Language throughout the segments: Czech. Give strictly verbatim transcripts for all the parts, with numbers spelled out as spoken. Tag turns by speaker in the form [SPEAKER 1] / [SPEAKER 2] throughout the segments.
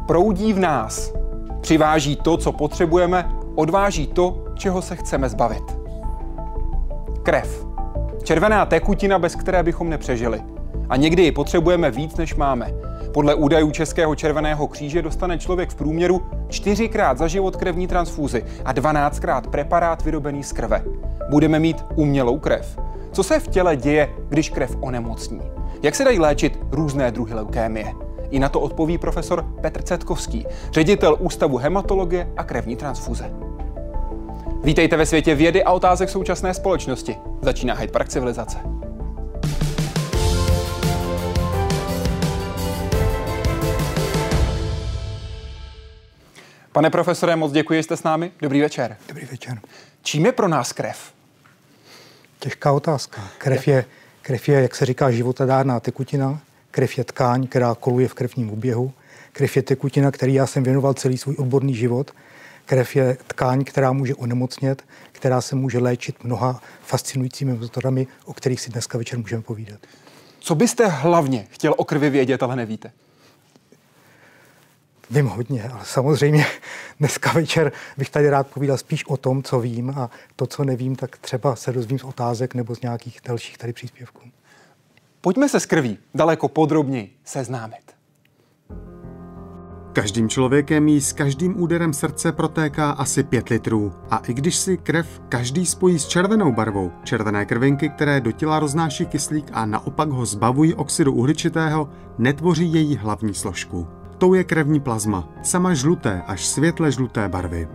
[SPEAKER 1] proudí v nás. Přiváží to, co potřebujeme, odváží to, čeho se chceme zbavit. Krev. Červená tekutina, bez které bychom nepřežili. A někdy ji potřebujeme víc, než máme. Podle údajů Českého červeného kříže dostane člověk v průměru čtyřikrát za život krevní transfúzi a dvanáctkrát preparát vyrobený z krve. Budeme mít umělou krev. Co se v těle děje, když krev onemocní? Jak se dají léčit různé druhy leukémie? I na to odpoví profesor Petr Cetkovský, ředitel Ústavu hematologie a krevní transfúze. Vítejte ve světě vědy a otázek současné společnosti. Začíná Hyde Park civilizace. Pane profesore, moc děkuji, že jste s námi. Dobrý večer.
[SPEAKER 2] Dobrý večer.
[SPEAKER 1] Čím je pro nás krev?
[SPEAKER 2] Těžká otázka. Krev je, krev je, jak se říká, životadárná tekutina. Krev je tkáň, která koluje v krevním oběhu. Krev je tekutina, který já jsem věnoval celý svůj odborný život. Krev je tkáň, která může onemocnět, která se může léčit mnoha fascinujícími metodami, o kterých si dneska večer můžeme povídat.
[SPEAKER 1] Co byste hlavně chtěl o krvi vědět, ale nevíte?
[SPEAKER 2] Vím hodně, ale samozřejmě dneska večer bych tady rád povídal spíš o tom, co vím, a to, co nevím, tak třeba se dozvím z otázek nebo z nějakých dalších tady příspěvků.
[SPEAKER 1] Pojďme se s krví daleko podrobněji seznámit.
[SPEAKER 3] Každým člověkem jí s každým úderem srdce protéká asi pět litrů. A i když si krev každý spojí s červenou barvou, červené krvinky, které do těla roznáší kyslík a naopak ho zbavují oxidu uhličitého, netvoří její hlavní složku. Tou je krevní plazma, sama žluté až světle žluté barvy.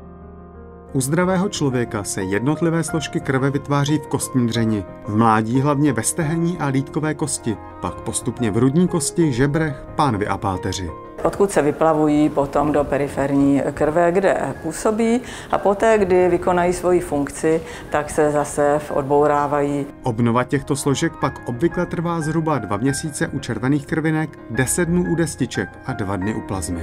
[SPEAKER 3] U zdravého člověka se jednotlivé složky krve vytváří v kostní dřeni. V mládí hlavně ve stehení a lýtkové kosti, pak postupně v hrudní kosti, žebrech, pánvi a páteři.
[SPEAKER 4] Odkud se vyplavují potom do periferní krve, kde působí, a poté, kdy vykonají svoji funkci, tak se zase odbourávají.
[SPEAKER 3] Obnova těchto složek pak obvykle trvá zhruba dva měsíce u červených krvinek, deset dnů u destiček a dva dny u plazmy.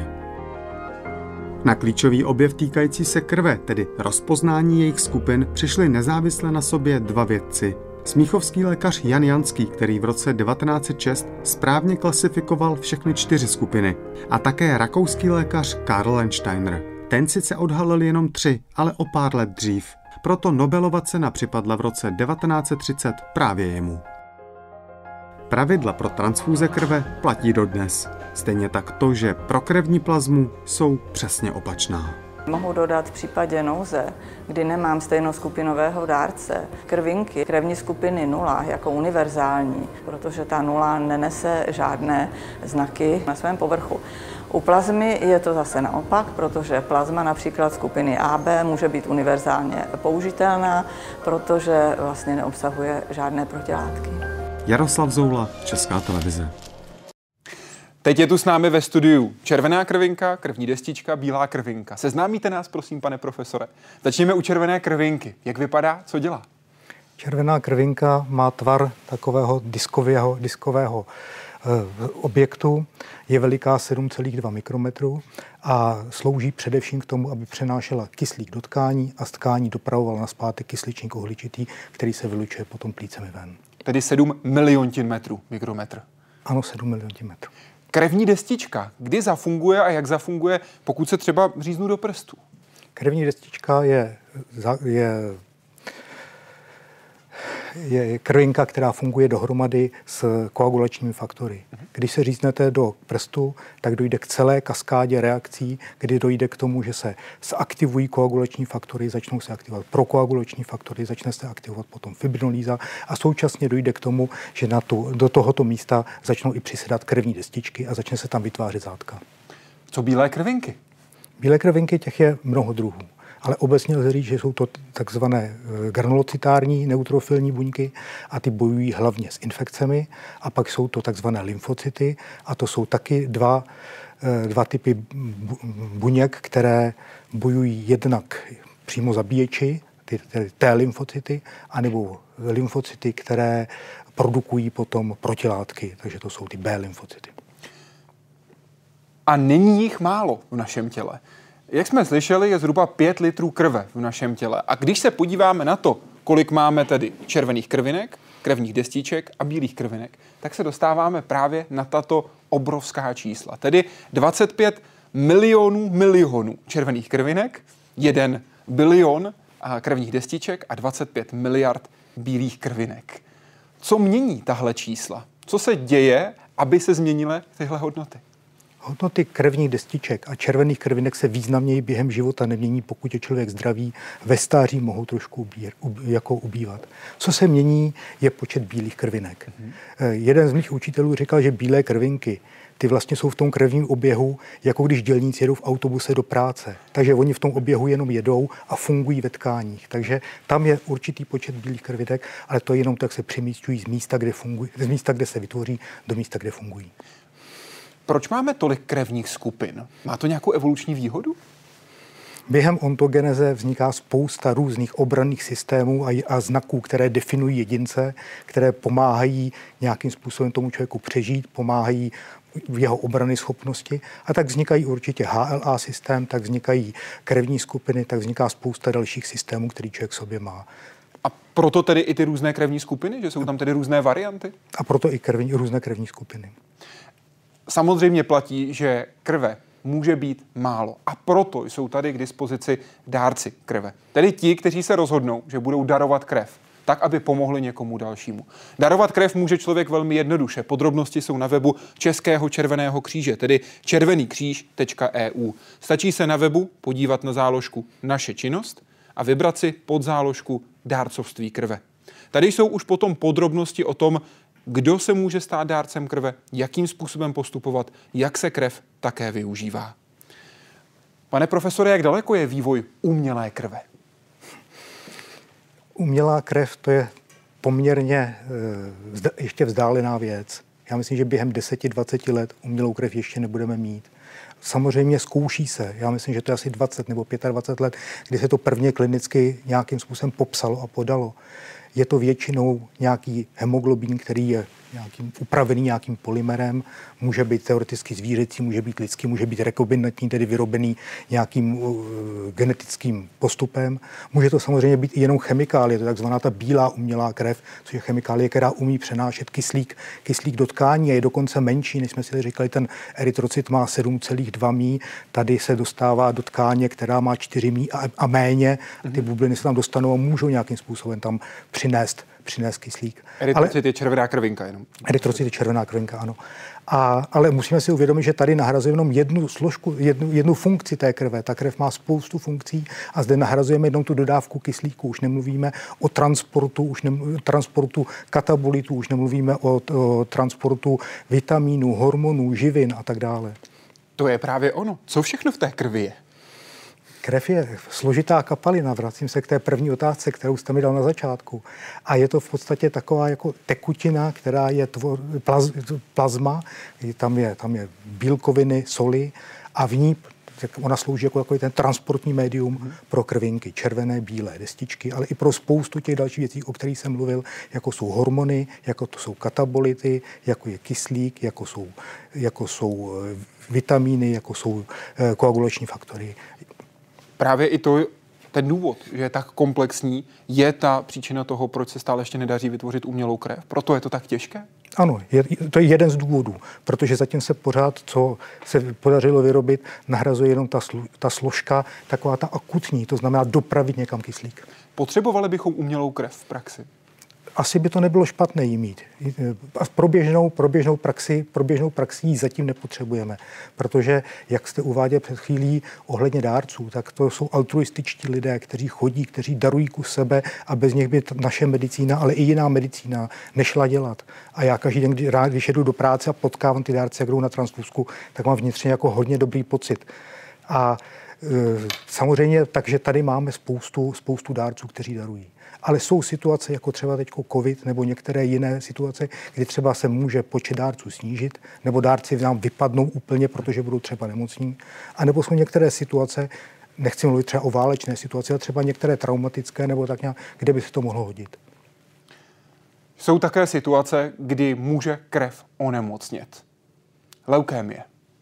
[SPEAKER 3] Na klíčový objev týkající se krve, tedy rozpoznání jejich skupin, přišli nezávisle na sobě dva vědci. Smíchovský lékař Jan Janský, který v roce devatenáct set šest správně klasifikoval všechny čtyři skupiny, a také rakouský lékař Karl Landsteiner. Ten sice odhalil jenom tři, ale o pár let dřív. Proto Nobelova cena připadla v roce devatenáct set třicet právě jemu. Pravidla pro transfúze krve platí dodnes. Stejně tak to, že pro krevní plazmu jsou přesně opačná.
[SPEAKER 4] Mohu dodat v případě nouze, kdy nemám stejnoskupinového dárce, krvinky krevní skupiny nula jako univerzální, protože ta nula nenese žádné znaky na svém povrchu. U plazmy je to zase naopak, protože plazma například skupiny A B může být univerzálně použitelná, protože vlastně neobsahuje žádné protilátky.
[SPEAKER 3] Jaroslav Zoula, Česká televize.
[SPEAKER 1] Teď je tu s námi ve studiu červená krvinka, krevní destička, bílá krvinka. Seznámíte nás, prosím, pane profesore. Začněme u červené krvinky. Jak vypadá, co dělá?
[SPEAKER 2] Červená krvinka má tvar takového diskového, diskového e, objektu. Je veliká sedm celá dva mikrometru a slouží především k tomu, aby přenášela kyslík do tkání a z tkání dopravovala nazpátek kysličník uhličitý, který se vylučuje potom plícemi ven.
[SPEAKER 1] Tedy sedm miliontin metrů, mikrometr.
[SPEAKER 2] Ano, sedm miliontin metrů.
[SPEAKER 1] Krevní destička, kdy zafunguje a jak zafunguje, pokud se třeba říznu do prstů?
[SPEAKER 2] Krevní destička je, je, je krvinka, která funguje dohromady s koagulačními faktory. Když se říznete do prstu, tak dojde k celé kaskádě reakcí, kdy dojde k tomu, že se zaktivují koagulační faktory, začnou se aktivovat prokoagulační faktory, začne se aktivovat potom fibrinolýza a současně dojde k tomu, že na tu, do tohoto místa začnou i přisedat krevní destičky a začne se tam vytvářet zátka.
[SPEAKER 1] Co bílé krvinky?
[SPEAKER 2] Bílé krvinky, těch je mnoho druhů. Ale obecně lze říct, že jsou to takzvané granulocitární neutrofilní buňky a ty bojují hlavně s infekcemi, a pak jsou to takzvané lymfocyty a to jsou taky dva, dva typy buněk, které bojují jednak přímo zabíječi, ty, ty T-lymfocyty, anebo lymfocyty, které produkují potom protilátky, takže to jsou ty B-lymfocyty.
[SPEAKER 1] A není jich málo v našem těle. Jak jsme slyšeli, je zhruba pět litrů krve v našem těle. A když se podíváme na to, kolik máme tedy červených krvinek, krevních destiček a bílých krvinek, tak se dostáváme právě na tato obrovská čísla. Tedy dvacet pět milionů milionů červených krvinek, jeden bilion krevních destiček a dvacet pět miliard bílých krvinek. Co mění tahle čísla? Co se děje, aby se změnily tyhle hodnoty?
[SPEAKER 2] Hodnoty krevních destiček a červených krvinek se významněji během života nemění, pokud je člověk zdravý. Ve stáří mohou trošku ubí, ub, jako ubývat. Co se mění, je počet bílých krvinek. Mm-hmm. Jeden z mých učitelů říkal, že bílé krvinky, ty vlastně jsou v tom krevním oběhu, jako když dělníci jedou v autobuse do práce. Takže oni v tom oběhu jenom jedou a fungují ve tkáních. Takže tam je určitý počet bílých krvinek, ale to je jenom tak se přemísťují z místa, kde fungují, z místa, kde se vytvoří, do místa, kde fungují.
[SPEAKER 1] Proč máme tolik krevních skupin? Má to nějakou evoluční výhodu?
[SPEAKER 2] Během ontogeneze vzniká spousta různých obranných systémů a, a znaků, které definují jedince, které pomáhají nějakým způsobem tomu člověku přežít, pomáhají v jeho obrany schopnosti. A tak vznikají určitě H L A systém, tak vznikají krevní skupiny, tak vzniká spousta dalších systémů, který člověk v sobě má.
[SPEAKER 1] A proto tedy i ty různé krevní skupiny, že jsou tam tedy různé varianty?
[SPEAKER 2] A proto i krevní, různé krevní skupiny.
[SPEAKER 1] Samozřejmě platí, že krve může být málo a proto jsou tady k dispozici dárci krve. Tedy ti, kteří se rozhodnou, že budou darovat krev, tak, aby pomohli někomu dalšímu. Darovat krev může člověk velmi jednoduše. Podrobnosti jsou na webu Českého červeného kříže, tedy červený kříž tečka e u. Stačí se na webu podívat na záložku Naše činnost a vybrat si podzáložku Dárcovství krve. Tady jsou už potom podrobnosti o tom, kdo se může stát dárcem krve, jakým způsobem postupovat, jak se krev také využívá. Pane profesore, jak daleko je vývoj umělé krve?
[SPEAKER 2] Umělá krev, to je poměrně e, ještě vzdálená věc. Já myslím, že během deseti dvaceti let umělou krev ještě nebudeme mít. Samozřejmě zkouší se. Já myslím, že to je asi dvacet nebo dvacet pět let, kdy se to prvně klinicky nějakým způsobem popsalo a podalo. Je to většinou nějaký hemoglobin, který je nějakým, upravený nějakým polymerem, může být teoreticky zvířecí, může být lidský, může být rekombinantní, tedy vyrobený nějakým uh, genetickým postupem. Může to samozřejmě být i jenom chemikálie, to je takzvaná ta bílá umělá krev, což je chemikálie, která umí přenášet kyslík, kyslík do tkání a je dokonce menší, než jsme si říkali, ten erytrocyt má sedm celá dva mí, tady se dostává do tkáně, která má čtyři mí a, a méně, a ty bubliny se tam dostanou a můžou nějakým způsobem tam přinést přinést kyslík.
[SPEAKER 1] Erytrocit je červená krvinka jenom.
[SPEAKER 2] Erytrocit je červená krvinka, ano. A, ale musíme si uvědomit, že tady nahrazujeme jenom jednu složku, jednu, jednu funkci té krve. Ta krev má spoustu funkcí a zde nahrazujeme jenom tu dodávku kyslíku. Už nemluvíme o transportu, už nemluvíme, transportu katabolitů, už nemluvíme o, o transportu vitamínů, hormonů, živin a tak dále.
[SPEAKER 1] To je právě ono. Co všechno v té krvi je?
[SPEAKER 2] Krev je složitá kapalina, vracím se k té první otázce, kterou jste mi dal na začátku. A je to v podstatě taková jako tekutina, která je tvor, plaz, plazma, tam je, tam je bílkoviny, soli a v ní ona slouží jako, jako ten transportní médium hmm. pro krvinky, červené, bílé destičky, ale i pro spoustu těch dalších věcí, o kterých jsem mluvil, jako jsou hormony, jako to jsou katabolity, jako je kyslík, jako jsou, jako jsou vitamíny, jako jsou koagulační faktory.
[SPEAKER 1] Právě i to, ten důvod, že je tak komplexní, je ta příčina toho, proč se stále ještě nedaří vytvořit umělou krev. Proto je to tak těžké?
[SPEAKER 2] Ano, je, to je jeden z důvodů, protože zatím se pořád, co se podařilo vyrobit, nahrazuje jenom ta, slu, ta složka, taková ta akutní, to znamená dopravit někam kyslík.
[SPEAKER 1] Potřebovali bychom umělou krev v praxi?
[SPEAKER 2] Asi by to nebylo špatné jí mít. A pro běžnou, pro běžnou praxi, pro běžnou praxi ji zatím nepotřebujeme, protože, jak jste uváděl před chvílí ohledně dárců, tak to jsou altruističtí lidé, kteří chodí, kteří darují kus sebe a bez nich by naše medicína, ale i jiná medicína nešla dělat. A já každý den, když jedu do práce a potkávám ty dárce, jak jdou na transfúzku, tak mám vnitřně jako hodně dobrý pocit. A e, samozřejmě, takže tady máme spoustu, spoustu dárců, kteří darují. Ale jsou situace, jako třeba teď covid nebo některé jiné situace, kdy třeba se může počet dárců snížit, nebo dárci nám vypadnou úplně, protože budou třeba nemocní. A nebo jsou některé situace, nechci mluvit třeba o válečné situaci, ale třeba některé traumatické, nebo tak nějak, kde by se to mohlo hodit.
[SPEAKER 1] Jsou také situace, kdy může krev onemocnit. Leukémie.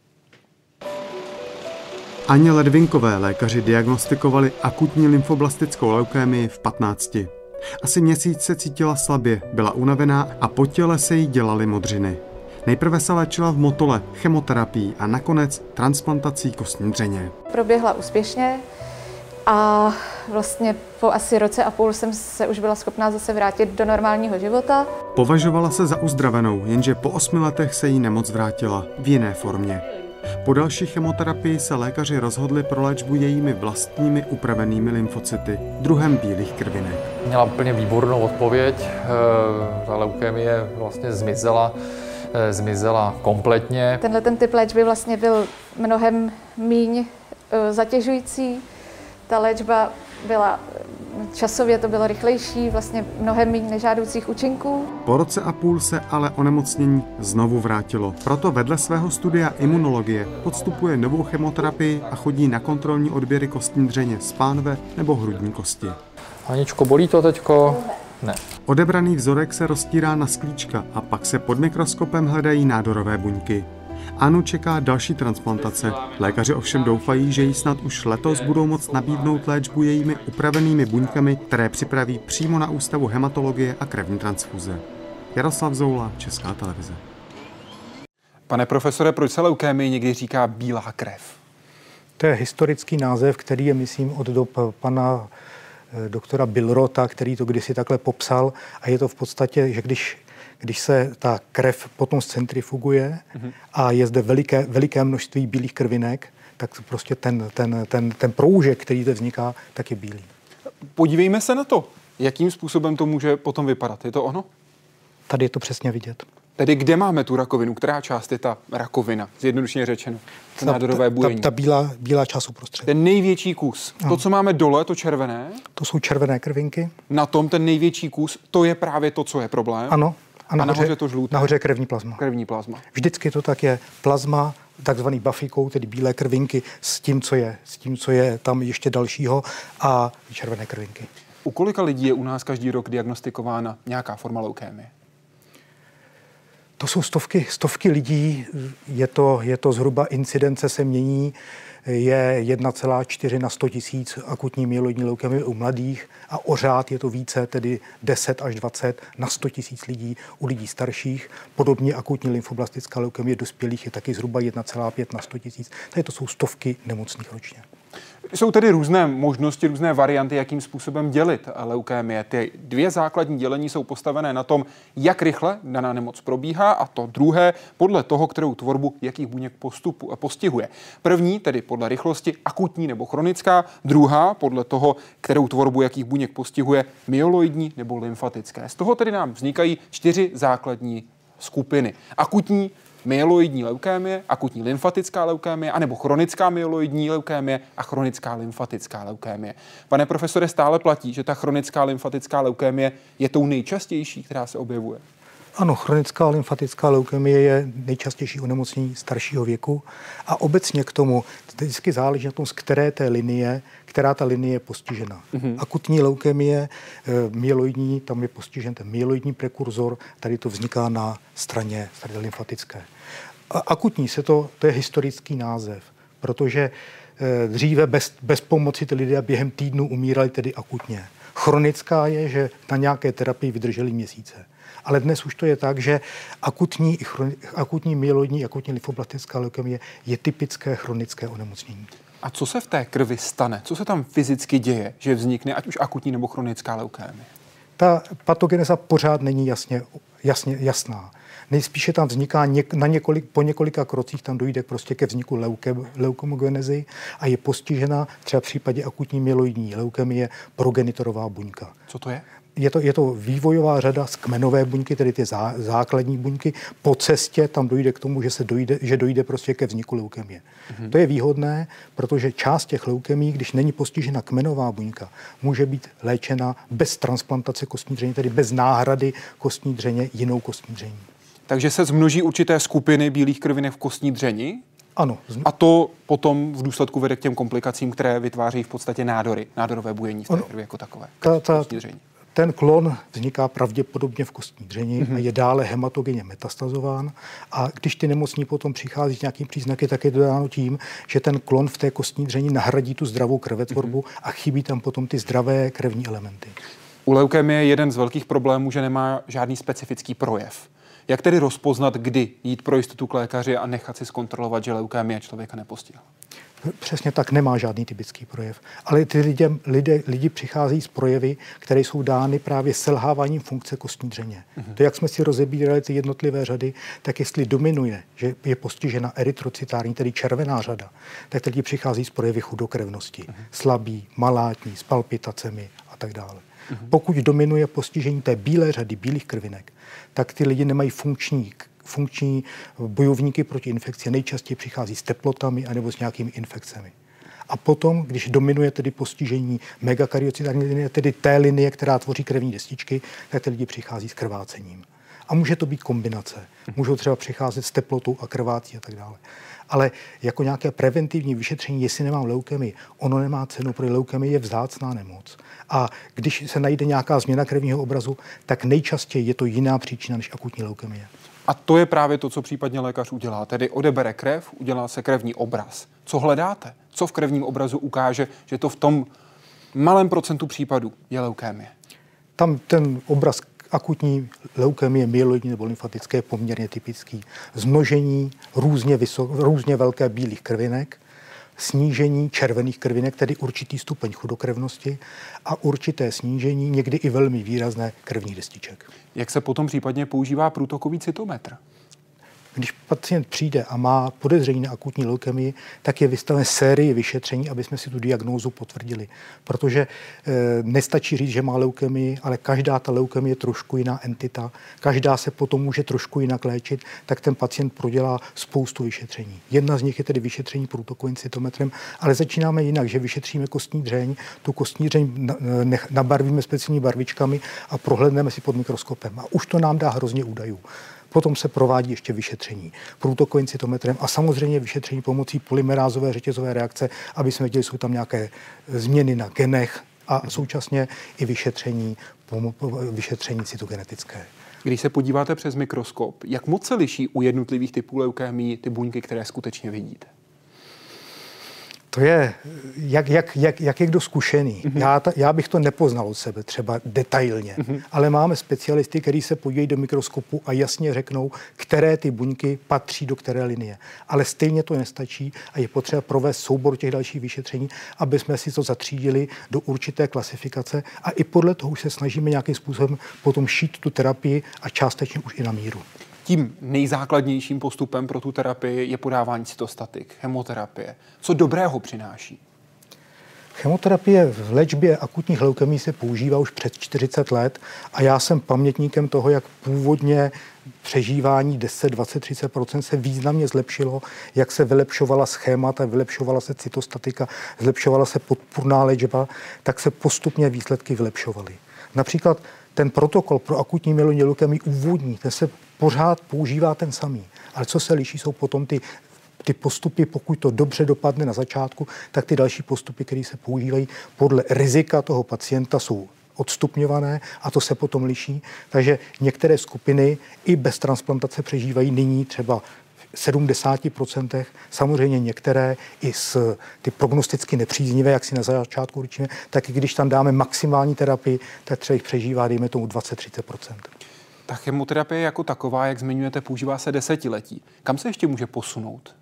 [SPEAKER 3] Aně Ledvinkové lékaři diagnostikovali akutní lymfoblastickou leukémii v patnácti. Asi měsíc se cítila slabě, byla unavená a po těle se jí dělaly modřiny. Nejprve se léčila v Motole, chemoterapii a nakonec transplantací kostní dřeně.
[SPEAKER 5] Proběhla úspěšně a vlastně po asi roce a půl jsem se už byla schopná zase vrátit do normálního života.
[SPEAKER 3] Považovala se za uzdravenou, jenže po osmi letech se jí nemoc vrátila v jiné formě. Po další chemoterapii se lékaři rozhodli pro léčbu jejími vlastními upravenými lymfocyty, druhem bílých krvinek.
[SPEAKER 6] Měla úplně výbornou odpověď, ta leukemie vlastně zmizela, zmizela kompletně.
[SPEAKER 5] Tenhle ten typ léčby vlastně byl mnohem míň zatěžující. Ta léčba byla časově to bylo rychlejší, vlastně mnohem méně nežádoucích účinků.
[SPEAKER 3] Po roce a půl se ale onemocnění znovu vrátilo. Proto vedle svého studia imunologie podstupuje novou chemoterapii a chodí na kontrolní odběry kostní dřeně z pánve nebo hrudní kosti.
[SPEAKER 6] Aničko, bolí to teďko? Ne.
[SPEAKER 3] Odebraný vzorek se roztírá na sklíčka a pak se pod mikroskopem hledají nádorové buňky. Anu čeká další transplantace. Lékaři ovšem doufají, že jí snad už letos budou moct nabídnout léčbu jejími upravenými buňkami, které připraví přímo na Ústavu hematologie a krevní transfuze. Jaroslav Zoula, Česká televize.
[SPEAKER 1] Pane profesore, proč se leukémii někdy říká bílá krev?
[SPEAKER 2] To je historický název, který je, myslím, od dob pana doktora Billrota, který to kdysi takhle popsal. A je to v podstatě, že když Když se ta krev potom zcentrifuguje mm-hmm. a je zde veliké, veliké množství bílých krvinek, tak prostě ten, ten, ten, ten proužek, který zde vzniká, tak je bílý.
[SPEAKER 1] Podívejme se na to, jakým způsobem to může potom vypadat. Je to ono?
[SPEAKER 2] Tady je to přesně vidět.
[SPEAKER 1] Tedy kde máme tu rakovinu? Která část je ta rakovina? Zjednodušeně řečeno. To nádorové bujení.
[SPEAKER 2] Ta, ta bílá, bílá část uprostřed.
[SPEAKER 1] Ten největší kus. No. To, co máme dole, to červené.
[SPEAKER 2] To jsou červené krvinky.
[SPEAKER 1] Na tom ten největší kus, to je právě to, co je problém.
[SPEAKER 2] Ano. A nahoře,
[SPEAKER 1] a nahoře to žluté.
[SPEAKER 2] Nahoře krevní plazma.
[SPEAKER 1] Krevní plazma.
[SPEAKER 2] Vždycky to tak je. Plazma, takzvaný bufikou, tedy bílé krvinky, s tím, co je, s tím, co je tam ještě dalšího, a červené krvinky.
[SPEAKER 1] U kolika lidí je u nás každý rok diagnostikována nějaká forma leukémie?
[SPEAKER 2] To jsou stovky, stovky lidí, je to, je to zhruba, incidence se mění, je jedna celá čtyři na sto tisíc akutní myeloidní leukemie u mladých a o řád je to více, tedy deset až dvacet na sto tisíc lidí u lidí starších. Podobně akutní lymfoblastická leukemie dospělých je taky zhruba jedna celá pět na sto tisíc. Tady to jsou stovky nemocných ročně.
[SPEAKER 1] Jsou tedy různé možnosti, různé varianty, jakým způsobem dělit leukémie. Ty dvě základní dělení jsou postavené na tom, jak rychle daná nemoc probíhá, a to druhé podle toho, kterou tvorbu jakých buněk postupu a postihuje. První, tedy podle rychlosti, akutní nebo chronická, druhá podle toho, kterou tvorbu jakých buněk postihuje, myeloidní nebo lymfatické. Z toho tedy nám vznikají čtyři základní skupiny. Akutní myeloidní leukémie, akutní lymfatická leukémie, anebo chronická myeloidní leukémie a chronická lymfatická leukémie. Pane profesore, stále platí, že ta chronická lymfatická leukémie je tou nejčastější, která se objevuje?
[SPEAKER 2] Ano, chronická lymfatická leukemie je nejčastější onemocnění staršího věku a obecně k tomu vždycky záleží na tom, z které té linie, která ta linie je postižena. Mm-hmm. Akutní leukemie, myeloidní, tam je postižen ten myeloidní prekurzor, tady to vzniká na straně, straně lymfatické. A akutní se to, to je historický název, protože dříve bez, bez pomoci ty lidé během týdnu umírali tedy akutně. Chronická je, že na nějaké terapii vydrželi měsíce. Ale dnes už to je tak, že akutní, akutní myeloidní, akutní lymfoblastická leukemie je typické chronické onemocnění.
[SPEAKER 1] A co se v té krvi stane? Co se tam fyzicky děje, že vznikne ať už akutní nebo chronická leukémie?
[SPEAKER 2] Ta patogeneza pořád není jasně, jasně, jasná. Nejspíše tam vzniká něk, na několik, po několika krocích tam dojde prostě ke vzniku leuke, leukomogenezy a je postižena třeba v případě akutní myeloidní leukemie progenitorová buňka.
[SPEAKER 1] Co to je?
[SPEAKER 2] Je to, je to vývojová řada z kmenové buňky, tedy ty zá, základní buňky. Po cestě tam dojde k tomu, že, se dojde, že dojde prostě ke vzniku leukemie. Mm-hmm. To je výhodné, protože část těch leukemií, když není postižena kmenová buňka, může být léčena bez transplantace kostní dřeně, tedy bez náhrady kostní dřeně jinou kostní dření.
[SPEAKER 1] Takže se zmnoží určité skupiny bílých krvinek v kostní dřeni?
[SPEAKER 2] Ano.
[SPEAKER 1] A to potom v důsledku vede k těm komplikacím, které vytváří v podstatě nádory, nádorové bujení v té krvi jako takové.
[SPEAKER 2] Ta, ta, ten klon vzniká pravděpodobně v kostní dřeni mm-hmm. a je dále hematogenně metastazován. A když ty nemocní potom přichází s nějakým příznaky, tak je to dáno tím, že ten klon v té kostní dřeni nahradí tu zdravou krvetvorbu mm-hmm. a chybí tam potom ty zdravé krevní elementy.
[SPEAKER 1] U leukémie je jeden z velkých problémů, že nemá žádný specifický projev. Jak tedy rozpoznat, kdy jít pro jistotu k lékaři a nechat si zkontrolovat, že leukémie člověka nepostihla?
[SPEAKER 2] Přesně tak, nemá žádný typický projev. Ale ty lidé, lidé, lidi přichází z projevy, které jsou dány právě selháváním funkce kostní dřeně. Mm-hmm. To, jak jsme si rozebírali ty jednotlivé řady, tak jestli dominuje, že je postižena erytrocitární, tedy červená řada, tak ty lidi přichází z projevy chudokrevnosti. Mm-hmm. Slabí, malátní, s palpitacemi a tak dále. Mm-hmm. Pokud dominuje postižení té bílé řady, bílých krvinek, tak ty lidi nemají funkční funkční bojovníky proti infekci, nejčastěji přichází s teplotami anebo s nějakými infekcemi. A potom, když dominuje tedy postižení megakaryocitární linie, tedy té linie, která tvoří krevní destičky, tak ty lidi přichází s krvácením. A může to být kombinace. Můžou třeba přicházet s teplotou a krvácí a tak dále. Ale jako nějaké preventivní vyšetření, jestli nemám leukemii, ono nemá cenu, protože leukemie je vzácná nemoc. A když se najde nějaká změna krevního obrazu, tak nejčastěji je to jiná příčina než akutní leukemie.
[SPEAKER 1] A to je právě to, co případně lékař udělá. Tedy odebere krev, udělá se krevní obraz. Co hledáte? Co v krevním obrazu ukáže, že to v tom malém procentu případů je leukémie?
[SPEAKER 2] Tam ten obraz akutní leukemie myeloidní nebo lymfatické je poměrně typický. Zmnožení různě, vysok, různě velké bílých krvinek, snížení červených krvinek, tedy určitý stupeň chudokrevnosti a určité snížení, někdy i velmi výrazné krevních destiček.
[SPEAKER 1] Jak se potom případně používá průtokový cytometr?
[SPEAKER 2] Když pacient přijde a má podezření na akutní leukemii, tak je vystaven sérii vyšetření, aby jsme si tu diagnózu potvrdili. Protože e, nestačí říct, že má leukemii, ale každá ta leukemie je trošku jiná entita, každá se potom může trošku jinak léčit, tak ten pacient prodělá spoustu vyšetření. Jedna z nich je tedy vyšetření průtokovým cytometrem, ale začínáme jinak, že vyšetříme kostní dřeň, tu kostní dřeň nabarvíme speciálními barvičkami a prohlédneme si pod mikroskopem. A už to nám dá hrozně údajů. Potom se provádí ještě vyšetření průtokovým cytometrem a samozřejmě vyšetření pomocí polymerázové řetězové reakce, aby jsme viděli, jsou tam nějaké změny na genech a současně i vyšetření, vyšetření cytogenetické.
[SPEAKER 1] Když se podíváte přes mikroskop, jak moc se liší u jednotlivých typů leukémii ty buňky, které skutečně vidíte?
[SPEAKER 2] To je, jak, jak, jak, jak je kdo zkušený. Mm-hmm. Já, ta, já bych to nepoznal od sebe třeba detailně, mm-hmm. ale máme specialisty, kteří se podívají do mikroskopu a jasně řeknou, které ty buňky patří do které linie. Ale stejně to nestačí a je potřeba provést soubor těch dalších vyšetření, aby jsme si to zatřídili do určité klasifikace a i podle toho už se snažíme nějakým způsobem potom šít tu terapii a částečně už i na míru.
[SPEAKER 1] Tím nejzákladnějším postupem pro tu terapii je podávání cytostatik, chemoterapie. Co dobrého přináší?
[SPEAKER 2] Chemoterapie v léčbě akutních leukemií se používá už před čtyřicet let a já jsem pamětníkem toho, jak původně přežívání deset, dvacet, třicet procent se významně zlepšilo, jak se vylepšovala schémata, vylepšovala se cytostatika, zlepšovala se podpůrná léčba, tak se postupně výsledky vylepšovaly. Například ten protokol pro akutní myeloidní leukemii úvodní, ten se pořád používá ten samý. Ale co se liší, jsou potom ty, ty postupy, pokud to dobře dopadne na začátku, tak ty další postupy, které se používají podle rizika toho pacienta, jsou odstupňované a to se potom liší. Takže některé skupiny i bez transplantace přežívají nyní třeba v sedmdesáti procentech, samozřejmě některé i s ty prognosticky nepříznivé, jak si na začátku určíme, tak i když tam dáme maximální terapii, tak třeba jich přežívá, dejme tomu dvacet až třicet procent.
[SPEAKER 1] Ta chemoterapie jako taková, jak zmiňujete, používá se desetiletí. Kam se ještě může posunout?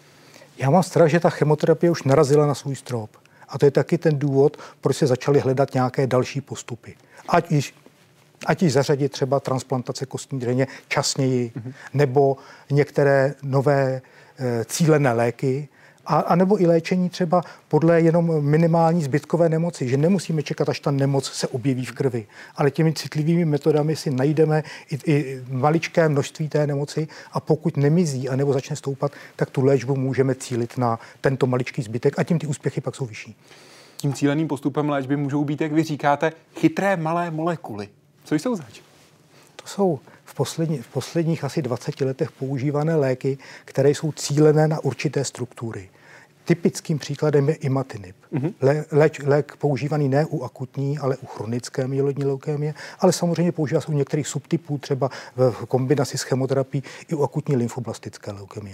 [SPEAKER 2] Já mám strach, že ta chemoterapie už narazila na svůj strop. A to je taky ten důvod, proč se začaly hledat nějaké další postupy. Ať již, ať již zařadit třeba transplantace kostní dřeně časněji, mm-hmm. nebo některé nové e, cílené léky, a, a nebo i léčení třeba podle jenom minimální zbytkové nemoci, že nemusíme čekat, až ta nemoc se objeví v krvi, ale těmi citlivými metodami si najdeme i, i maličké množství té nemoci a pokud nemizí a nebo začne stoupat, tak tu léčbu můžeme cílit na tento maličký zbytek a tím ty úspěchy pak jsou vyšší.
[SPEAKER 1] Tím cíleným postupem léčby můžou být, jak vy říkáte, chytré malé molekuly. Co jsou zač?
[SPEAKER 2] To jsou v, poslední, v posledních asi dvaceti letech používané léky, které jsou cílené na určité struktury. Typickým příkladem je imatinib. Mm-hmm. Lé, léč, lék používaný ne u akutní, ale u chronické myeloidní leukémie, ale samozřejmě používá se u některých subtypů, třeba v kombinaci s chemoterapií i u akutní lymfoblastické leukemie.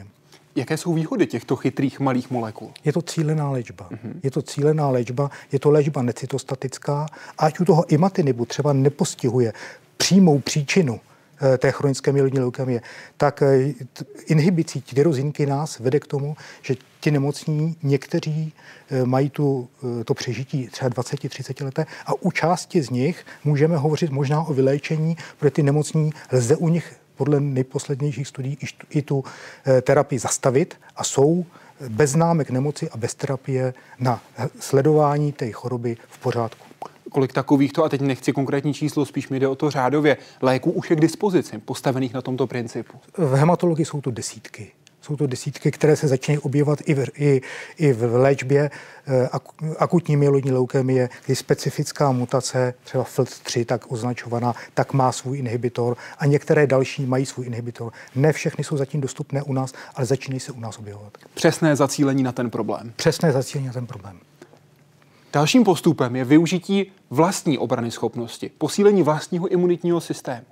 [SPEAKER 1] Jaké jsou výhody těchto chytrých malých molekul?
[SPEAKER 2] Je to cílená léčba. Mm-hmm. Je to cílená léčba, je to léčba necytostatická. Ať u toho imatinibu třeba nepostihuje přímou příčinu té chronické myeloidní leukemie, tak inhibicí tyrozinkinás vede k tomu, že ti nemocní někteří mají tu, to přežití třeba dvacet třicet leté a u části z nich můžeme hovořit možná o vyléčení, protože ty nemocní lze u nich podle nejposlednějších studií i tu terapii zastavit a jsou bez známek nemoci a bez terapie na sledování té choroby v pořádku.
[SPEAKER 1] Kolik takovýchto, a teď nechci konkrétní číslo, spíš mi jde o to řádově, léků už je k dispozici, postavených na tomto principu?
[SPEAKER 2] V hematologii jsou to desítky. Jsou to desítky, které se začínají objevovat i v, i, i v léčbě akutní myeloidní leukemie, kdy specifická mutace, třeba F L T tři, tak označovaná, tak má svůj inhibitor a některé další mají svůj inhibitor. Ne všechny jsou zatím dostupné u nás, ale začínají se u nás objevovat.
[SPEAKER 1] Přesné zacílení na ten problém.
[SPEAKER 2] Přesné zacílení na ten problém.
[SPEAKER 1] Dalším postupem je využití vlastní obranyschopnosti, posílení vlastního imunitního systému.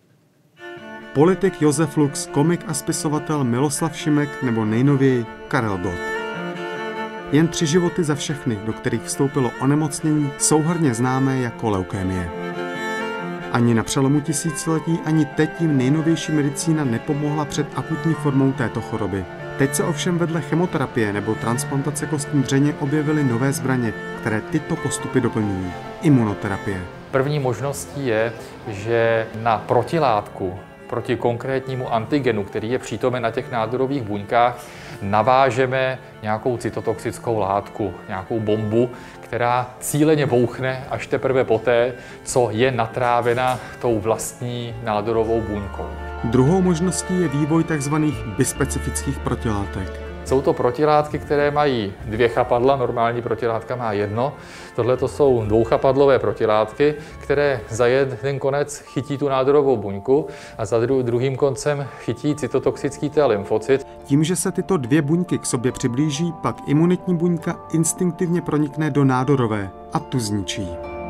[SPEAKER 3] Politik Josef Lux, komik a spisovatel Miloslav Šimek nebo nejnověji Karel Gott. Jen tři životy za všechny, do kterých vstoupilo onemocnění souhrnně známé jako leukémie. Ani na přelomu tisíciletí, ani teď jim nejnovější medicína nepomohla před akutní formou této choroby. Teď se ovšem vedle chemoterapie nebo transplantace kostní dřeně objevily nové zbraně, které tyto postupy doplňují. Imunoterapie.
[SPEAKER 6] První možností je, že na protilátku proti konkrétnímu antigenu, který je přítomen na těch nádorových buňkách, navážeme nějakou cytotoxickou látku, nějakou bombu, která cíleně bouchne až teprve poté, co je natrávena tou vlastní nádorovou buňkou.
[SPEAKER 3] Druhou možností je vývoj tzv. Bispecifických protilátek.
[SPEAKER 6] Jsou to protilátky, které mají dvě chapadla, normální protilátka má jedno. Tohle to jsou dvouchapadlové protilátky, které za jeden konec chytí tu nádorovou buňku a za dru- druhým koncem chytí cytotoxický T lymfocyt.
[SPEAKER 3] Tím, že se tyto dvě buňky k sobě přiblíží, pak imunitní buňka instinktivně pronikne do nádorové a tu zničí.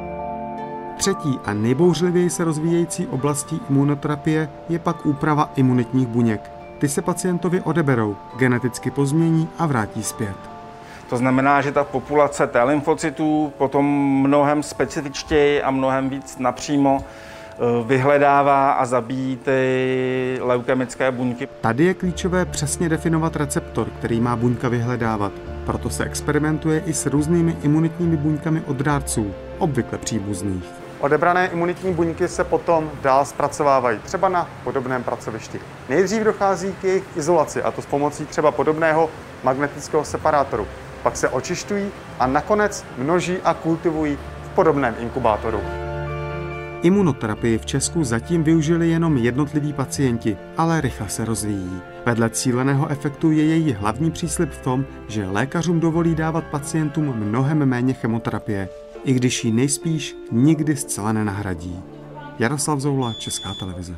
[SPEAKER 3] Třetí a nejbouřlivěji se rozvíjející oblastí imunoterapie je pak úprava imunitních buněk. Ty se pacientovi odeberou, geneticky pozmění a vrátí zpět.
[SPEAKER 7] To znamená, že ta populace T lymfocytů potom mnohem specifičtěji a mnohem víc napřímo vyhledává a zabíjí ty leukemické buňky.
[SPEAKER 3] Tady je klíčové přesně definovat receptor, který má buňka vyhledávat. Proto se experimentuje i s různými imunitními buňkami od dárců, obvykle příbuzných.
[SPEAKER 8] Odebrané imunitní buňky se potom dál zpracovávají, třeba na podobném pracovišti. Nejdřív dochází k jejich izolaci, a to s pomocí třeba podobného magnetického separátoru. Pak se očišťují a nakonec množí a kultivují v podobném inkubátoru.
[SPEAKER 3] Imunoterapii v Česku zatím využili jenom jednotliví pacienti, ale rychle se rozvíjí. Vedle cíleného efektu je její hlavní příslib v tom, že lékařům dovolí dávat pacientům mnohem méně chemoterapie, i když ji nejspíš nikdy zcela nenahradí. Jaroslav Zoula, Česká televize.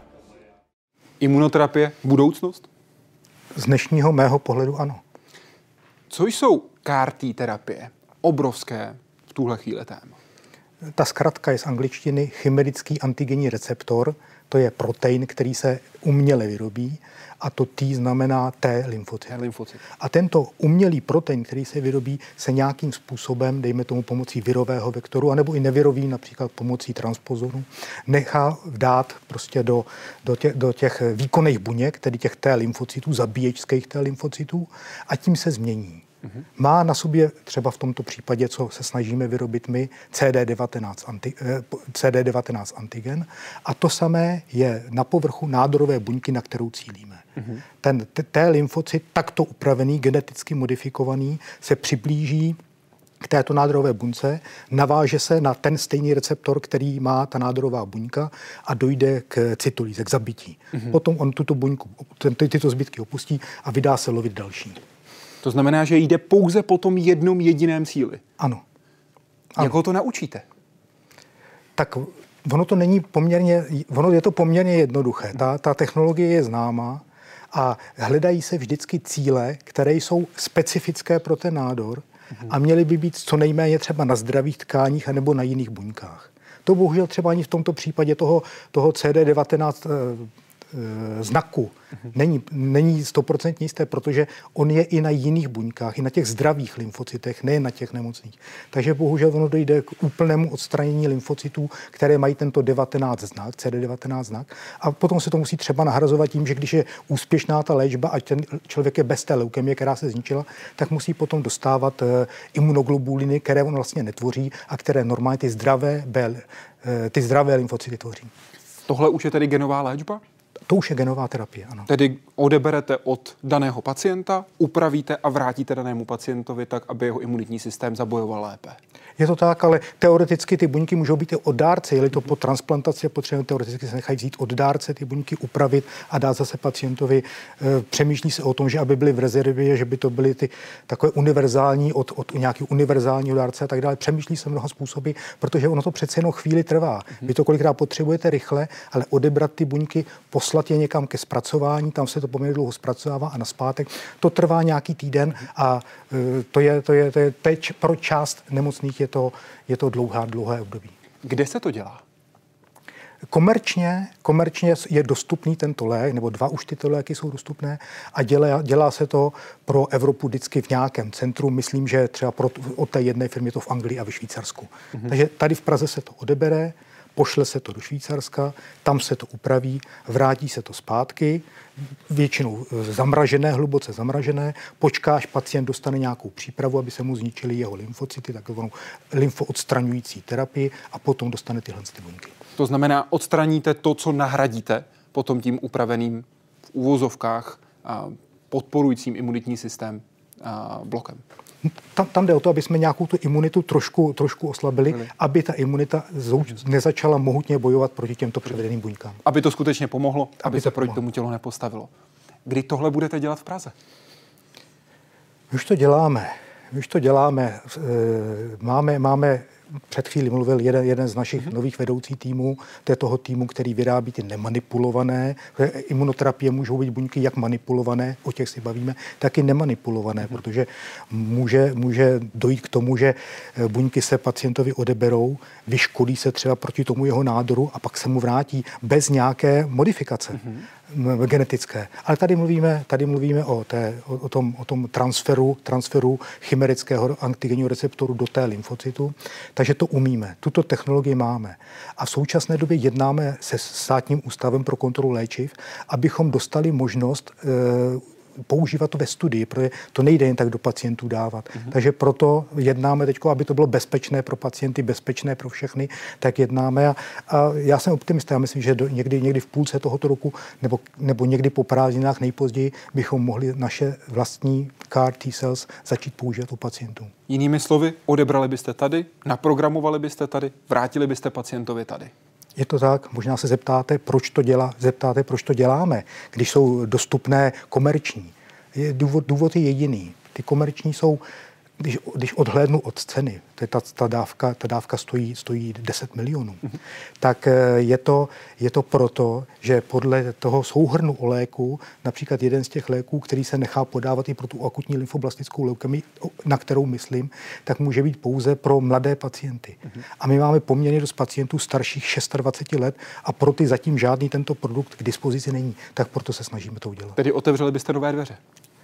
[SPEAKER 1] Imunoterapie budoucnost?
[SPEAKER 2] Z dnešního mého pohledu ano.
[SPEAKER 1] Co jsou C A R T terapie? Obrovské v tuhle chvíli téma.
[SPEAKER 2] Ta zkratka je z angličtiny chimerický antigenní receptor, to je protein, který se uměle vyrobí, a to T znamená T lymfocyt.
[SPEAKER 1] lymfocyt.
[SPEAKER 2] A tento umělý protein, který se vyrobí, se nějakým způsobem, dejme tomu pomocí virového vektoru, anebo i nevirový, například pomocí transpozonu, nechá dát prostě do, do, těch, do těch výkonných buněk, tedy těch T lymfocytů, zabíječských T lymfocytů, a tím se změní. Má na sobě třeba v tomto případě, co se snažíme vyrobit my, C D devatenáct, anti, C D devatenáct antigen, a to samé je na povrchu nádorové buňky, na kterou cílíme. Mm-hmm. Ten T lymfocyt, takto upravený, geneticky modifikovaný, se přiblíží k této nádorové buňce, naváže se na ten stejný receptor, který má ta nádorová buňka, a dojde k cytolýze, k zabití. Mm-hmm. Potom on tuto buňku, ty, tyto zbytky opustí a vydá se lovit další.
[SPEAKER 1] To znamená, že jde pouze po tom jednom jediném cíli.
[SPEAKER 2] Ano.
[SPEAKER 1] ano. Jak ho to naučíte?
[SPEAKER 2] Tak ono to není poměrně, ono je to poměrně jednoduché. Ta, ta technologie je známá a hledají se vždycky cíle, které jsou specifické pro ten nádor uhum. a měly by být co nejméně třeba na zdravých tkáních anebo na jiných buňkách. To bohužel třeba ani v tomto případě toho, toho C D devatenáct e, znaku není, není stoprocentně jisté, protože on je i na jiných buňkách, i na těch zdravých lymfocytech, ne na těch nemocných. Takže bohužel ono dojde k úplnému odstranění lymfocytů, které mají tento devatenáct znak, C D devatenáct znak, a potom se to musí třeba nahrazovat tím, že když je úspěšná ta léčba a ten člověk je bez té leukemie, která se zničila, tak musí potom dostávat e, imunoglobuliny, které on vlastně netvoří a které normálně ty zdravé, B, e, ty zdravé lymfocyty tvoří.
[SPEAKER 1] Tohle už je tedy genová léčba?
[SPEAKER 2] To už je genová terapie, ano.
[SPEAKER 1] Tedy odeberete od daného pacienta, upravíte a vrátíte danému pacientovi tak, aby jeho imunitní systém zabojoval lépe.
[SPEAKER 2] Je to tak, ale teoreticky ty buňky můžou být i od dárce. Je-li to po transplantaci, potřebujeme teoreticky se nechají vzít od dárce, ty buňky upravit a dát zase pacientovi. E, přemýšlí se o tom, že aby byly v rezervě, že by to byly ty takové univerzální, od, od nějakého univerzálního dárce a tak dále. Přemýšlí se mnoha způsoby, protože ono to přece jenom chvíli trvá. Vy to kolikrát potřebujete rychle, ale odebrat ty buňky, poslat je někam ke zpracování, tam se to poměrně dlouho zpracovává a nazpátek. To trvá nějaký týden a e, to je, to je, to je teď pro část nemocných je to, je to dlouhá, dlouhé období.
[SPEAKER 1] Kde se to dělá?
[SPEAKER 2] Komerčně, komerčně je dostupný tento lék, nebo dva už tyto léky jsou dostupné a dělá, dělá se to pro Evropu vždycky v nějakém centru. Myslím, že třeba pro, od té jedné firmy je to v Anglii a ve Švýcarsku. Mm-hmm. Takže tady v Praze se to odebere, pošle se to do Švýcarska, tam se to upraví, vrátí se to zpátky, většinou zamražené, hluboce zamražené, počká, až pacient dostane nějakou přípravu, aby se mu zničily jeho lymfocyty, takzvanou lymfoodstraňující terapii a potom dostane tyhle ty buňky.
[SPEAKER 1] To znamená, odstraníte to, co nahradíte potom tím upraveným v úvozovkách podporujícím imunitní systém blokem.
[SPEAKER 2] Tam, tam jde o to, aby jsme nějakou tu imunitu trošku, trošku oslabili, Byli. aby ta imunita nezačala mohutně bojovat proti těmto převedeným buňkám.
[SPEAKER 1] Aby to skutečně pomohlo, aby, aby se
[SPEAKER 2] to
[SPEAKER 1] proti
[SPEAKER 2] pomohlo.
[SPEAKER 1] tomu tělu nepostavilo. Kdy tohle budete dělat v Praze?
[SPEAKER 2] My už to děláme. My už to děláme. Máme, máme před chvílí mluvil jeden, jeden z našich mm-hmm. nových vedoucích týmů, to je toho týmu, který vyrábí ty nemanipulované. Imunoterapie můžou být buňky jak manipulované, o těch si bavíme, tak i nemanipulované, mm-hmm. protože může, může dojít k tomu, že buňky se pacientovi odeberou, vyškolí se třeba proti tomu jeho nádoru a pak se mu vrátí bez nějaké modifikace. Mm-hmm. genetické. Ale tady mluvíme, tady mluvíme o, té, o, o, tom, o tom transferu, transferu chimerického antigenního receptoru do té lymfocytu. Takže to umíme. Tuto technologii máme. A v současné době jednáme se Státním ústavem pro kontrolu léčiv, abychom dostali možnost e, používat to ve studii, protože to nejde jen tak do pacientů dávat. Mm-hmm. Takže proto jednáme teď, aby to bylo bezpečné pro pacienty, bezpečné pro všechny, tak jednáme. A, a já jsem optimista. Já myslím, že do, někdy, někdy v půlce tohoto roku nebo, nebo někdy po prázdninách nejpozději bychom mohli naše vlastní C A R T-cells začít používat u pacientů.
[SPEAKER 1] Jinými slovy, odebrali byste tady, naprogramovali byste tady, vrátili byste pacientovi tady.
[SPEAKER 2] Je to tak, možná se zeptáte, proč to, dělá, zeptáte, proč to děláme, když jsou dostupné komerční. Je, důvod, důvod je jediný. Ty komerční jsou, když, když odhlédnu od ceny, to je ta, ta dávka, ta dávka stojí, stojí deset milionů, mm-hmm. tak je to, je to proto, že podle toho souhrnu o léku, například jeden z těch léků, který se nechá podávat i pro tu akutní lymfoblastickou leukemii, na kterou myslím, tak může být pouze pro mladé pacienty. Mm-hmm. A my máme poměrně dost pacientů starších dvacet šest let a pro ty zatím žádný tento produkt k dispozici není. Tak proto se snažíme to udělat.
[SPEAKER 1] Tedy otevřeli byste nové dveře?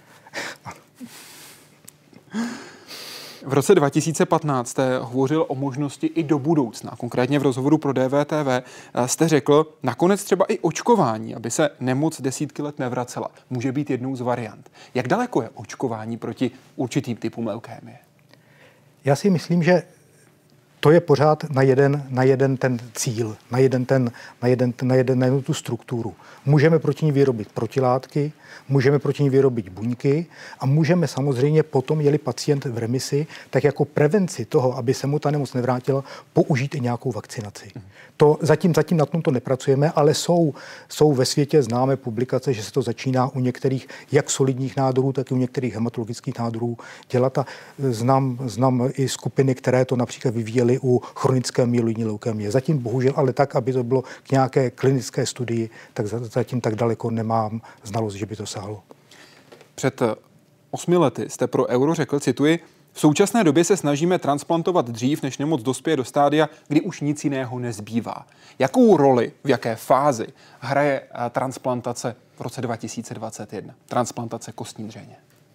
[SPEAKER 1] V roce dva tisíce patnáct jste hovořil o možnosti i do budoucna. Konkrétně v rozhovoru pro D V T V jste řekl, nakonec třeba i očkování, aby se nemoc desítky let nevracela, může být jednou z variant. Jak daleko je očkování proti určitým typům leukémie?
[SPEAKER 2] Já si myslím, že to je pořád na jeden, na jeden ten cíl, na jeden ten, na jeden, na jeden, na jednu tu strukturu. Můžeme proti ní vyrobit protilátky, můžeme proti ní vyrobit buňky a můžeme samozřejmě potom, je-li pacient v remisi, tak jako prevenci toho, aby se mu ta nemoc nevrátila, použít i nějakou vakcinaci. Mm. To zatím, zatím na tom to nepracujeme, ale jsou, jsou ve světě známé publikace, že se to začíná u některých jak solidních nádorů, tak i u některých hematologických nádorů dělat. A znám, znám i skupiny, které to například vyvíjely u chronické myeloidní leukemie. Zatím bohužel, ale tak, aby to bylo k nějaké klinické studii, tak zatím tak daleko nemám znalost, že by to sahlo.
[SPEAKER 1] Před osmi lety jste pro Euro řekl, cituji, V současné době se snažíme transplantovat dřív, než nemoc dospěje do stádia, kdy už nic jiného nezbývá. Jakou roli, v jaké fázi hraje transplantace v roce dva tisíce dvacet jedna? Transplantace kostní dřeně.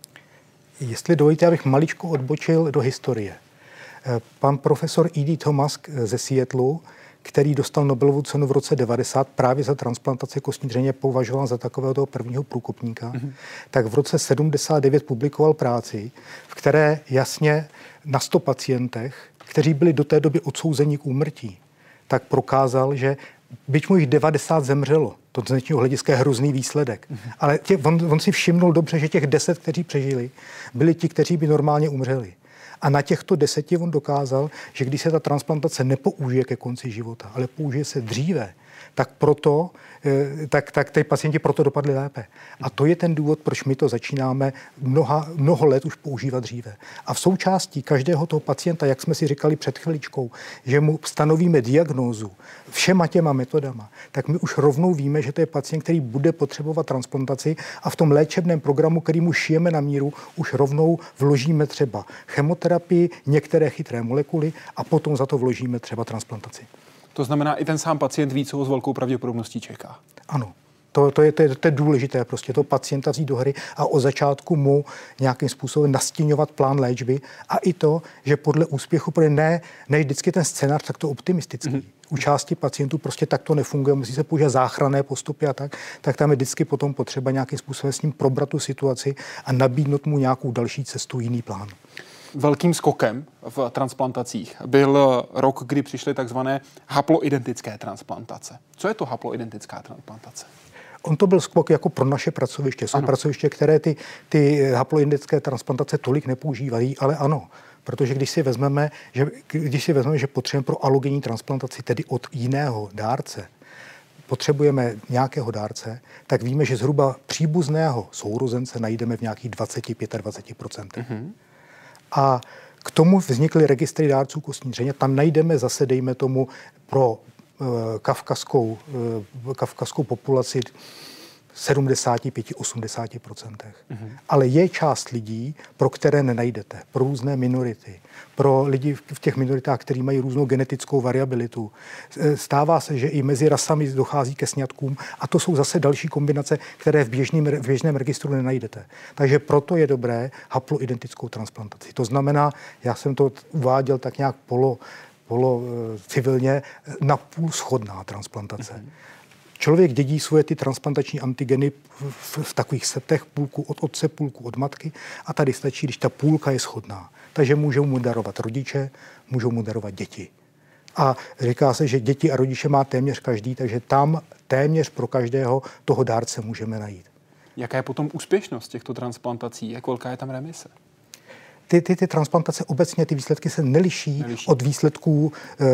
[SPEAKER 2] Jestli dovolíte, abych maličko odbočil do historie. Pan profesor E D Thomas ze Seattlu, který dostal Nobelovu cenu v roce devadesát právě za transplantaci kostní dřeně, považoval za takového toho prvního průkopníka, mm-hmm. tak v roce sedmdesát devět publikoval práci, v které jasně na sto pacientech, kteří byli do té doby odsouzeni k úmrtí, tak prokázal, že byť mu jich devadesát zemřelo, to z dnešního hlediska je hrozný výsledek, mm-hmm. ale tě, on, on si všimnul dobře, že těch deset, kteří přežili, byli ti, kteří by normálně umřeli. A na těchto deseti on dokázal, že když se ta transplantace nepoužije ke konci života, ale použije se dříve, tak proto, tak, tak ty pacienti proto dopadli lépe. A to je ten důvod, proč my to začínáme mnoha, mnoho let už používat dříve. A v součástí každého toho pacienta, jak jsme si říkali před chviličkou, že mu stanovíme diagnózu všema těma metodama, tak my už rovnou víme, že to je pacient, který bude potřebovat transplantaci a v tom léčebném programu, který mu šijeme na míru, už rovnou vložíme třeba chemoterapii, některé chytré molekuly a potom za to vložíme třeba transplantaci.
[SPEAKER 1] To znamená, i ten sám pacient ví, co ho s velkou pravděpodobností čeká.
[SPEAKER 2] Ano. To, to, je, to, je, to je důležité, prostě toho pacienta vzít do hry a od začátku mu nějakým způsobem nastíňovat plán léčby a i to, že podle úspěchu, protože ne, ne vždycky ten scénář takto optimistický. Mm-hmm. U části pacientů prostě takto nefunguje, musí se použít záchranné postupy a tak, tak tam je vždycky potom potřeba nějakým způsobem s ním probrat tu situaci a nabídnout mu nějakou další cestu, jiný plán.
[SPEAKER 1] Velkým skokem v transplantacích byl rok, kdy přišly takzvané haploidentické transplantace. Co je to haploidentická transplantace?
[SPEAKER 2] On to byl skok jako pro naše pracoviště. Jsou ano. pracoviště, které ty, ty haploidentické transplantace tolik nepoužívají, ale ano. Protože když si vezmeme, že, když si vezmeme, že potřebujeme pro alogenní transplantaci, tedy od jiného dárce, potřebujeme nějakého dárce, tak víme, že zhruba příbuzného sourozence najdeme v nějakých dvacet až dvacet pět procent. Mm-hmm. A k tomu vznikly registry dárců kostní dřeně. Tam najdeme zase, dejme tomu, pro uh, kavkazskou, uh, kavkazskou populaci sedmdesát pět až osmdesát procent. Mm-hmm. Ale je část lidí, pro které nenajdete, pro různé minority, pro lidi v těch minoritách, kteří mají různou genetickou variabilitu. Stává se, že i mezi rasami dochází ke sňatkům a to jsou zase další kombinace, které v běžném, v běžném registru nenajdete. Takže proto je dobré haploidentickou transplantaci. To znamená, já jsem to uváděl tak nějak polo, polo civilně, napůl shodná transplantace. Mm-hmm. Člověk dědí svoje ty transplantační antigeny v, v takových setech, půlku od otce, půlku od matky a tady stačí, když ta půlka je shodná. Takže můžou mu darovat rodiče, můžou mu darovat děti. A říká se, že děti a rodiče má téměř každý, takže tam téměř pro každého toho dárce můžeme najít.
[SPEAKER 1] Jaká je potom úspěšnost těchto transplantací? Jak velká je tam remise?
[SPEAKER 2] Ty, ty, ty transplantace obecně, ty výsledky se neliší, neliší. od výsledků,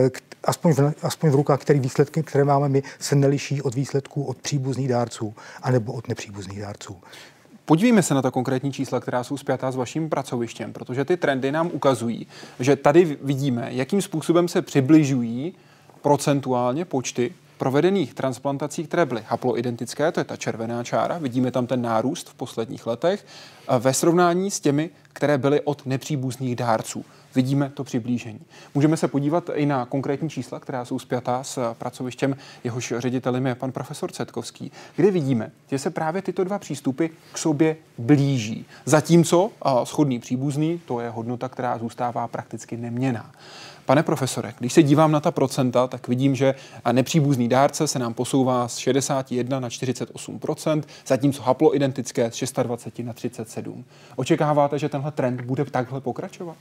[SPEAKER 2] aspoň v, aspoň v rukách, které výsledky, které máme my, se neliší od výsledků od příbuzných dárců anebo od nepříbuzných dárců.
[SPEAKER 1] Podívejme se na ta konkrétní čísla, která jsou spjatá s vaším pracovištěm, protože ty trendy nám ukazují, že tady vidíme, jakým způsobem se přibližují procentuálně počty provedených transplantací, které byly haploidentické, to je ta červená čára, vidíme tam ten nárůst v posledních letech, ve srovnání s těmi, které byly od nepříbuzných dárců. Vidíme to přiblížení. Můžeme se podívat i na konkrétní čísla, která jsou spjatá s pracovištěm, jehož ředitelem je pan profesor Cetkovský, kde vidíme, že se právě tyto dva přístupy k sobě blíží. Zatímco shodný příbuzný, to je hodnota, která zůstává prakticky neměnná. Pane profesore, když se dívám na ta procenta, tak vidím, že nepříbuzný dárce se nám posouvá z šedesát jedna na čtyřicet osm procent, zatímco haploidentické z dvacet šest na třicet sedm. Očekáváte, že tenhle trend bude takhle pokračovat?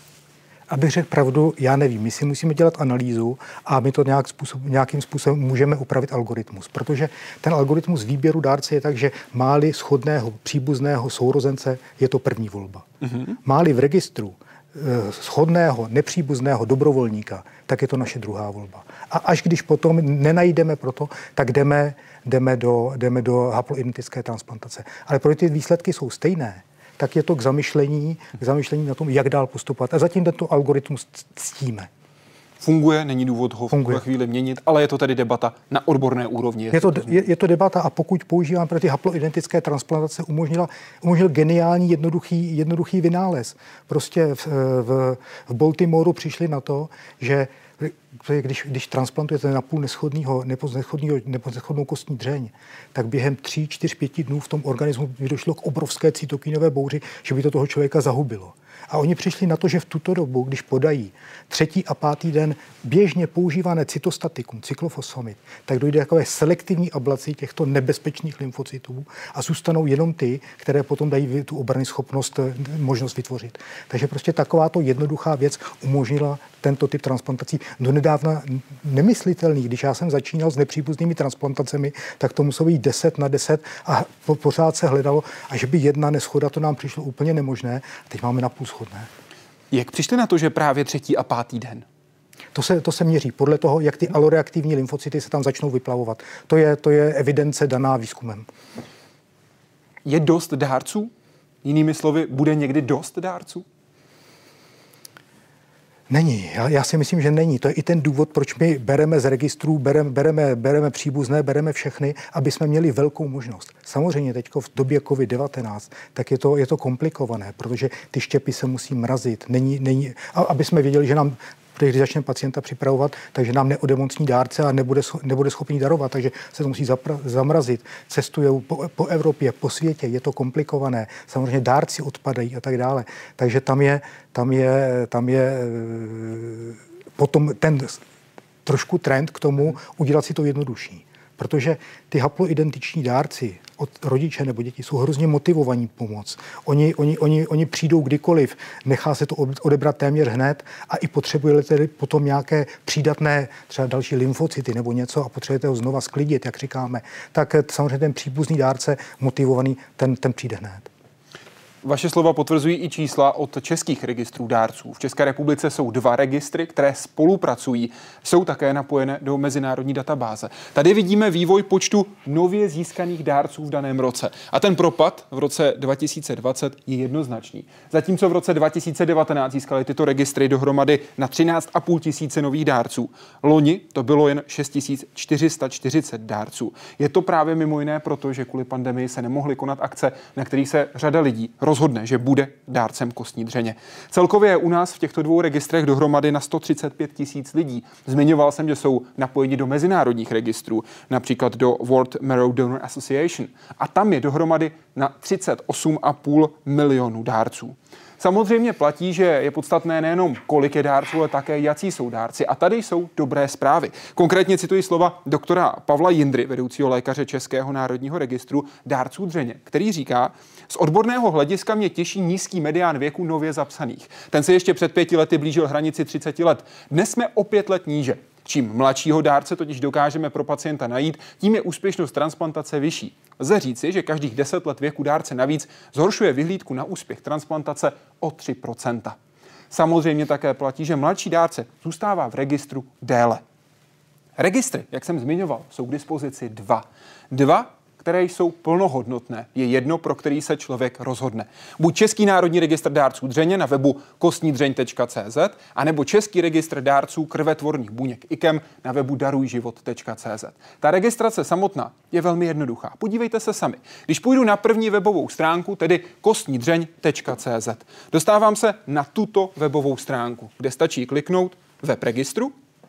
[SPEAKER 2] Abych řekl pravdu, já nevím. My si musíme dělat analýzu a my to nějak způsob, nějakým způsobem můžeme upravit algoritmus. Protože ten algoritmus výběru dárce je tak, že má-li shodného příbuzného sourozence, je to první volba. Mm-hmm. Má-li v registru shodného, nepříbuzného dobrovolníka, tak je to naše druhá volba. A až když potom nenajdeme proto, tak jdeme, jdeme, do, jdeme do haploidentické transplantace. Ale protože ty výsledky jsou stejné, tak je to k zamyšlení, k zamyšlení na tom, jak dál postupovat. A zatím tento algoritmus ctíme.
[SPEAKER 1] funguje, není důvod ho v tuhle chvíli měnit, ale je to tedy debata na odborné úrovni.
[SPEAKER 2] Je to, je, je to debata a pokud používám pro ty haploidentické transplantace, umožnila, umožnil geniální jednoduchý, jednoduchý vynález. Prostě v, v, v Baltimoru přišli na to, že když, když transplantujete napůl neschodného, neschodnou kostní dřeň, tak během tří, čtyř, pěti dnů v tom organismu by došlo k obrovské cytokinové bouři, že by to toho člověka zahubilo. A oni přišli na to, že v tuto dobu, když podají třetí a pátý den běžně používané cytostatikum, cyklofosfamid, tak dojde takové selektivní ablaci těchto nebezpečných lymfocytů a zůstanou jenom ty, které potom dají tu obrany schopnost, možnost vytvořit. Takže prostě takováto jednoduchá věc umožnila tento typ transplantací donedávna nemyslitelný. Když já jsem začínal s nepříbuznými transplantacemi, tak to muselo být deset na deset a po, pořád se hledalo, a že by jedna neschoda, to nám přišlo úplně nemožné. A teď máme napůl schodné.
[SPEAKER 1] Jak přišli na to, že právě třetí a pátý den?
[SPEAKER 2] To se, to se měří podle toho, jak ty aloreaktivní lymfocyty se tam začnou vyplavovat. To je, to je evidence daná výzkumem.
[SPEAKER 1] Je dost dárců? Jinými slovy, bude někdy dost dárců?
[SPEAKER 2] Není. Já, já si myslím, že není. To je i ten důvod, proč my bereme z registrů, bereme, bereme, bereme příbuzné, bereme všechny, aby jsme měli velkou možnost. Samozřejmě teď v době covid devatenáct, tak je to, je to komplikované, protože ty štěpy se musí mrazit. Není, není, aby jsme věděli, že nám, když začneme pacienta připravovat, takže nám neodemocní dárce a nebude, nebude schopný darovat, takže se to musí zapra, zamrazit. Cestují po, po Evropě, po světě, je to komplikované. Samozřejmě dárci odpadají a tak dále. Takže tam je, tam je, tam je potom ten trošku trend k tomu udělat si to jednodušší. Protože ty haploidentiční dárci od rodiče nebo děti jsou hrozně motivovaní pomoct. Oni, oni, oni, oni přijdou kdykoliv, nechá se to odebrat téměř hned a i potřebujete tedy potom nějaké přídatné třeba další lymfocyty nebo něco a potřebujete ho znova sklidit, jak říkáme, tak samozřejmě ten příbuzný dárce motivovaný, ten, ten přijde hned.
[SPEAKER 1] Vaše slova potvrzují i čísla od českých registrů dárců. V České republice jsou dva registry, které spolupracují, jsou také napojené do mezinárodní databáze. Tady vidíme vývoj počtu nově získaných dárců v daném roce. A ten propad v roce dva tisíce dvacet je jednoznačný. Zatímco v roce dva tisíce devatenáct získaly tyto registry dohromady na třináct a půl tisíce nových dárců. Loni to bylo jen šest tisíc čtyři sta čtyřicet dárců. Je to právě mimo jiné proto, že kvůli pandemii se nemohly konat akce, na kterých se řada lidí rozhodne, že bude dárcem kostní dřeně. Celkově je u nás v těchto dvou registrech dohromady na sto třicet pět tisíc lidí. Zmiňoval jsem, že jsou napojeni do mezinárodních registrů, například do World Marrow Donor Association. A tam je dohromady na třicet osm a půl milionu dárců. Samozřejmě platí, že je podstatné nejenom kolik je dárců, ale také jací jsou dárci. A tady jsou dobré zprávy. Konkrétně cituji slova doktora Pavla Jindry, vedoucího lékaře Českého národního registru dárců dřeně, který říká: z odborného hlediska mě těší nízký medián věku nově zapsaných. Ten se ještě před pěti lety blížil hranici třicet let. Dnes jsme o pět let níže. Čím mladšího dárce totiž dokážeme pro pacienta najít, tím je úspěšnost transplantace vyšší. Lze říci, že každých deset let věku dárce navíc zhoršuje vyhlídku na úspěch transplantace o tři procenta. Samozřejmě také platí, že mladší dárce zůstává v registru déle. Registry, jak jsem zmiňoval, jsou k dispozici dva. Dva, které jsou plnohodnotné. Je jedno, pro který se člověk rozhodne. Buď Český národní registr dárců dřeně na webu kostnidřeň tečka cé zet, anebo Český registr dárců krvetvorných buněk I K E M na webu darujživot tečka cé zet. Ta registrace samotná je velmi jednoduchá. Podívejte se sami. Když půjdu na první webovou stránku, tedy kostnidřeň tečka cé zet, dostávám se na tuto webovou stránku, kde stačí kliknout web registru.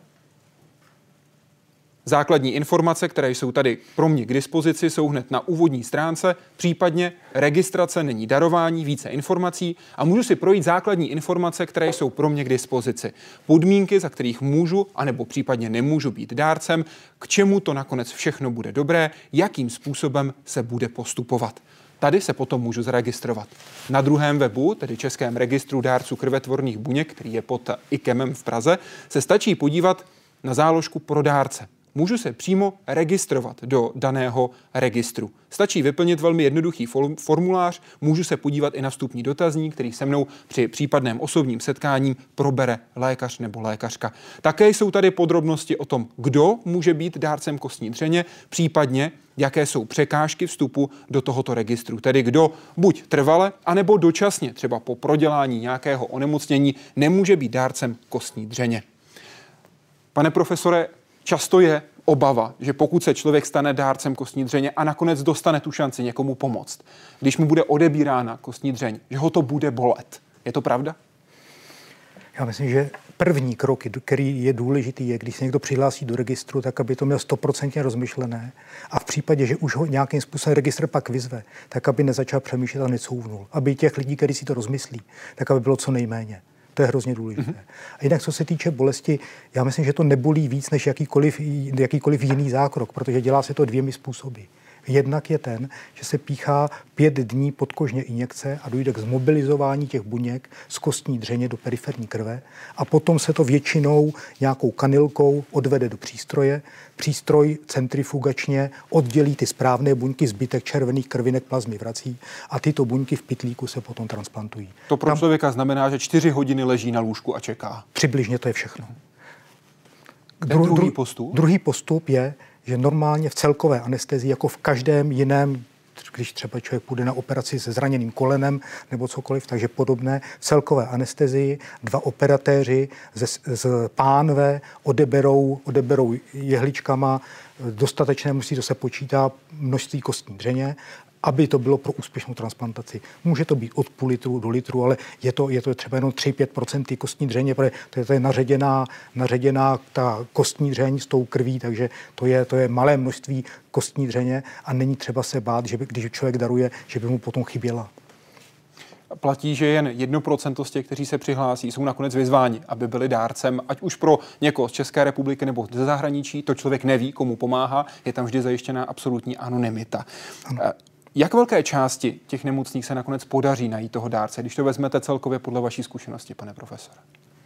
[SPEAKER 1] Základní informace, které jsou tady pro mě k dispozici, jsou hned na úvodní stránce, případně registrace není darování, více informací a můžu si projít základní informace, které jsou pro mě k dispozici. Podmínky, za kterých můžu, anebo případně nemůžu být dárcem, k čemu to nakonec všechno bude dobré, jakým způsobem se bude postupovat. Tady se potom můžu zaregistrovat. Na druhém webu, tedy Českém registru dárců krvetvorných buněk, který je pod I K E M v Praze, se stačí podívat na záložku pro dárce. Můžu se přímo registrovat do daného registru. Stačí vyplnit velmi jednoduchý formulář, můžu se podívat i na vstupní dotazník, který se mnou při případném osobním setkání probere lékař nebo lékařka. Také jsou tady podrobnosti o tom, kdo může být dárcem kostní dřeně, případně jaké jsou překážky vstupu do tohoto registru. Tedy kdo buď trvale, anebo dočasně, třeba po prodělání nějakého onemocnění, nemůže být dárcem kostní dřeně. Pane profesore, často je obava, že pokud se člověk stane dárcem kostní dřeně a nakonec dostane tu šanci někomu pomoct, když mu bude odebírána kostní dřeň, že ho to bude bolet. Je to pravda?
[SPEAKER 2] Já myslím, že první krok, který je důležitý, je, když se někdo přihlásí do registru, tak aby to měl stoprocentně rozmyšlené. A v případě, že už ho nějakým způsobem registr pak vyzve, tak aby nezačal přemýšlet a necouvnul. Aby těch lidí, kteří si to rozmyslí, tak aby bylo co nejméně. To je hrozně důležité. Mm-hmm. A jinak, co se týče bolesti, já myslím, že to nebolí víc než jakýkoliv, jakýkoliv jiný zákrok, protože dělá se to dvěmi způsoby. Jednak je ten, že se píchá pět dní podkožně injekce a dojde k zmobilizování těch buněk z kostní dřeně do periferní krve a potom se to většinou nějakou kanylkou odvede do přístroje. Přístroj centrifugačně oddělí ty správné buňky, zbytek červených krvinek plazmy vrací a tyto buňky v pytlíku se potom transplantují.
[SPEAKER 1] To pro
[SPEAKER 2] Tam
[SPEAKER 1] člověka znamená, že čtyři hodiny leží na lůžku a čeká.
[SPEAKER 2] Přibližně to je všechno.
[SPEAKER 1] Dru, druhý postup?
[SPEAKER 2] Druhý postup je, že normálně v celkové anestezii, jako v každém jiném, když třeba člověk půjde na operaci se zraněným kolenem nebo cokoliv, takže podobné, v celkové anestezii dva operatéři z, z pánve odeberou, odeberou jehličkama dostatečné množství, to se počítá množství kostní dřeně, aby to bylo pro úspěšnou transplantaci. Může to být od půl litru do litru, ale je to, je to třeba jenom tři až pět procent kostní dřeně, protože to je, to je naředěná, naředěná ta kostní dřeň s tou krví, takže to je, to je malé množství kostní dřeně a není třeba se bát, že by, když člověk daruje, že by mu potom chyběla.
[SPEAKER 1] Platí, že jen jedno procento z těch, kteří se přihlásí, jsou nakonec vyzváni, aby byli dárcem, ať už pro někoho z České republiky nebo ze zahraničí. To člověk neví, komu pomáhá, je tam vždy zajištěná absolutní anonymita. Ano. Jak velké části těch nemocných se nakonec podaří najít toho dárce, když to vezmete celkově podle vaší zkušenosti, pane profesore?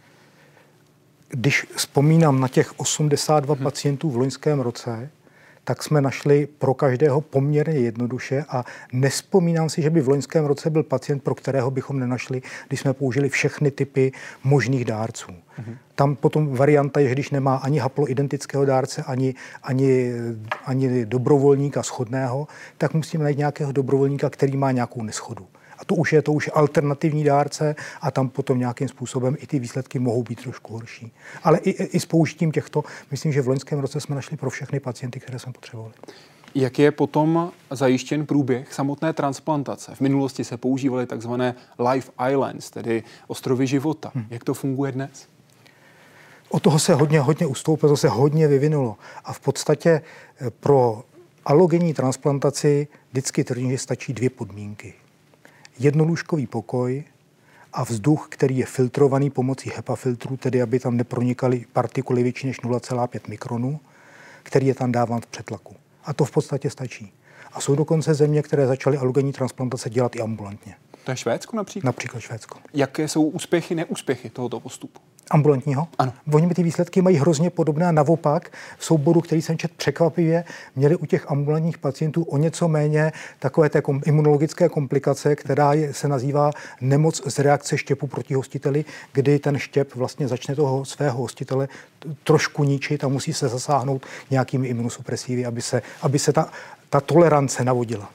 [SPEAKER 2] Když vzpomínám na těch osmdesát dva hmm. pacientů v loňském roce, tak jsme našli pro každého poměrně jednoduše a nespomínám si, že by v loňském roce byl pacient, pro kterého bychom nenašli, když jsme použili všechny typy možných dárců. Mm-hmm. Tam potom varianta je, že když nemá ani haploidentického dárce, ani, ani, ani dobrovolníka shodného, tak musíme najít nějakého dobrovolníka, který má nějakou neschodu. A to už je to už alternativní dárce a tam potom nějakým způsobem i ty výsledky mohou být trošku horší. Ale i, i s použitím těchto, myslím, že v loňském roce jsme našli pro všechny pacienty, které jsme potřebovali.
[SPEAKER 1] Jak je potom zajištěn průběh samotné transplantace? V minulosti se používaly takzvané life islands, tedy ostrovy života. Hmm. Jak to funguje dnes?
[SPEAKER 2] Od toho se hodně, hodně ustoupilo, to se hodně vyvinulo. A v podstatě pro alogenní transplantaci vždycky tvrdím, že stačí dvě podmínky. Jednolůžkový pokoj a vzduch, který je filtrovaný pomocí HEPA filtru, tedy aby tam nepronikaly partikuly větší než nula celá pět mikronu, který je tam dáván v přetlaku. A to v podstatě stačí. A jsou dokonce země, které začaly alogenní transplantace dělat i ambulantně.
[SPEAKER 1] To je Švédsko například?
[SPEAKER 2] Například Švédsko.
[SPEAKER 1] Jaké jsou úspěchy, neúspěchy tohoto postupu?
[SPEAKER 2] Ambulantního?
[SPEAKER 1] Ano.
[SPEAKER 2] Oni ty výsledky mají hrozně podobné a naopak v souboru, který jsem četl překvapivě, měli u těch ambulantních pacientů o něco méně takové té imunologické komplikace, která je, se nazývá nemoc z reakce štěpu proti hostiteli, kdy ten štěp vlastně začne toho svého hostitele trošku ničit a musí se zasáhnout nějakými imunosupresivy, aby se, aby se ta, ta tolerance navodila.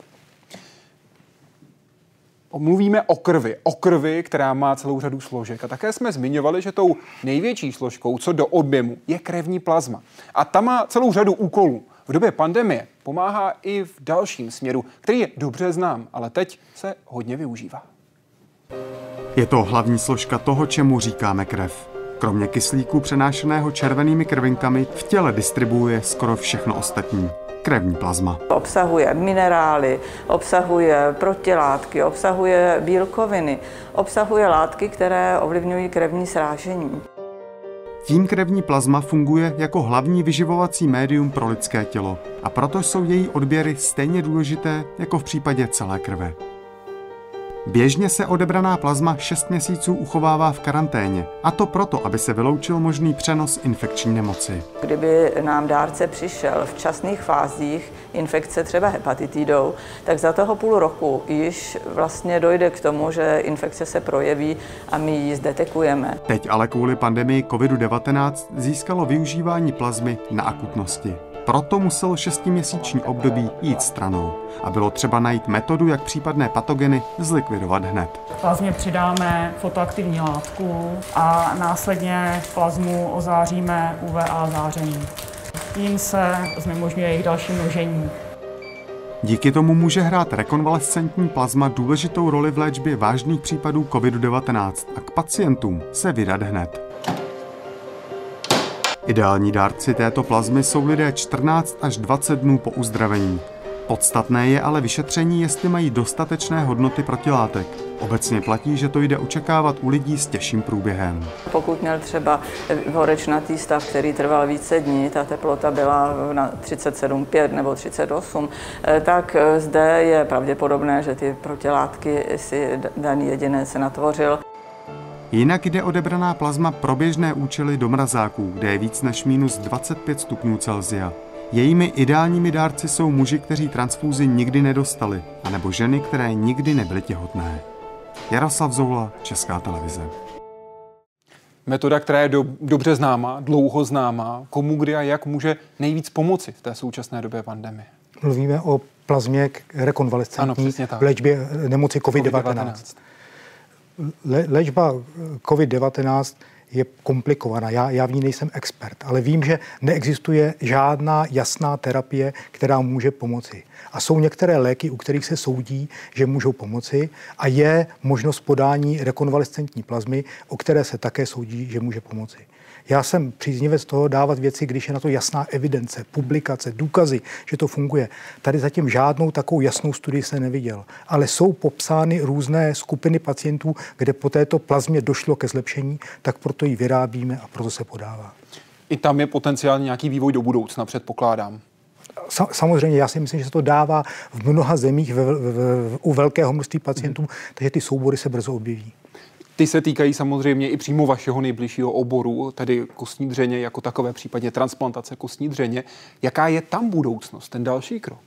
[SPEAKER 1] Mluvíme o krvi, o krvi, která má celou řadu složek. A také jsme zmiňovali, že tou největší složkou, co do objemu, je krevní plazma. A ta má celou řadu úkolů. V době pandemie pomáhá i v dalším směru, který je dobře znám, ale teď se hodně využívá.
[SPEAKER 3] Je to hlavní složka toho, čemu říkáme krev. Kromě kyslíku přenášeného červenými krvinkami v těle distribuuje skoro všechno ostatní. Krevní plazma.
[SPEAKER 4] Obsahuje minerály, obsahuje protilátky, obsahuje bílkoviny, obsahuje látky, které ovlivňují krevní srážení.
[SPEAKER 3] Tím krevní plazma funguje jako hlavní vyživovací médium pro lidské tělo a proto jsou její odběry stejně důležité jako v případě celé krve. Běžně se odebraná plazma šest měsíců uchovává v karanténě, a to proto, aby se vyloučil možný přenos infekční nemoci.
[SPEAKER 4] Kdyby nám dárce přišel v časných fázích infekce třeba hepatitidou, tak za toho půl roku již vlastně dojde k tomu, že infekce se projeví a my ji zdetekujeme.
[SPEAKER 3] Teď ale kvůli pandemii kovidu devatenáct získalo využívání plazmy na akutnosti. Proto muselo šestiměsíční období jít stranou a bylo třeba najít metodu, jak případné patogeny zlikvidovat hned.
[SPEAKER 9] V plazmě přidáme fotoaktivní látku a následně plazmu ozáříme U V A zářením. Tím se znemožňuje jejich další množení.
[SPEAKER 3] Díky tomu může hrát rekonvalescentní plazma důležitou roli v léčbě vážných případů kovid devatenáct a k pacientům se vydat hned. Ideální dárci této plazmy jsou lidé čtrnáct až dvacet dnů po uzdravení. Podstatné je ale vyšetření, jestli mají dostatečné hodnoty protilátek. Obecně platí, že to jde očekávat u lidí s těžším průběhem.
[SPEAKER 4] Pokud měl třeba horečnatý stav, který trval více dní, ta teplota byla na třicet sedm celá pět nebo třicet osm, tak zde je pravděpodobné, že ty protilátky si daný jedinec natvořil.
[SPEAKER 3] Jinak jde odebraná plazma pro běžné účely do mrazáků, kde je víc než minus dvacet pět stupňů Celsia. Jejími ideálními dárci jsou muži, kteří transfúzi nikdy nedostali, anebo ženy, které nikdy nebyly těhotné. Jaroslav Zoula, Česká televize.
[SPEAKER 1] Metoda, která je do, dobře známá, dlouho známá, komu, kdy a jak může nejvíc pomoci v té současné době pandemie?
[SPEAKER 2] Mluvíme o plazmě rekonvalescentní v léčbě nemoci kovid devatenáct. Le, léčba kovid devatenáct je komplikovaná. Já, já v ní nejsem expert, ale vím, že neexistuje žádná jasná terapie, která může pomoci. A jsou některé léky, u kterých se soudí, že můžou pomoci a je možnost podání rekonvalescentní plazmy, o které se také soudí, že může pomoci. Já jsem příznivec toho dávat věci, když je na to jasná evidence, publikace, důkazy, že to funguje. Tady zatím žádnou takovou jasnou studii se neviděl, ale jsou popsány různé skupiny pacientů, kde po této plazmě došlo ke zlepšení, tak proto ji vyrábíme a proto se podává.
[SPEAKER 1] I tam je potenciálně nějaký vývoj do budoucna, předpokládám.
[SPEAKER 2] Samozřejmě, já si myslím, že se to dává v mnoha zemích ve, ve, ve, u velkého množství pacientů, hmm. takže ty soubory se brzo objeví.
[SPEAKER 1] Ty se týkají samozřejmě i přímo vašeho nejbližšího oboru, tedy kostní dřeně, jako takové, případně transplantace kostní dřeně. Jaká je tam budoucnost, ten další krok?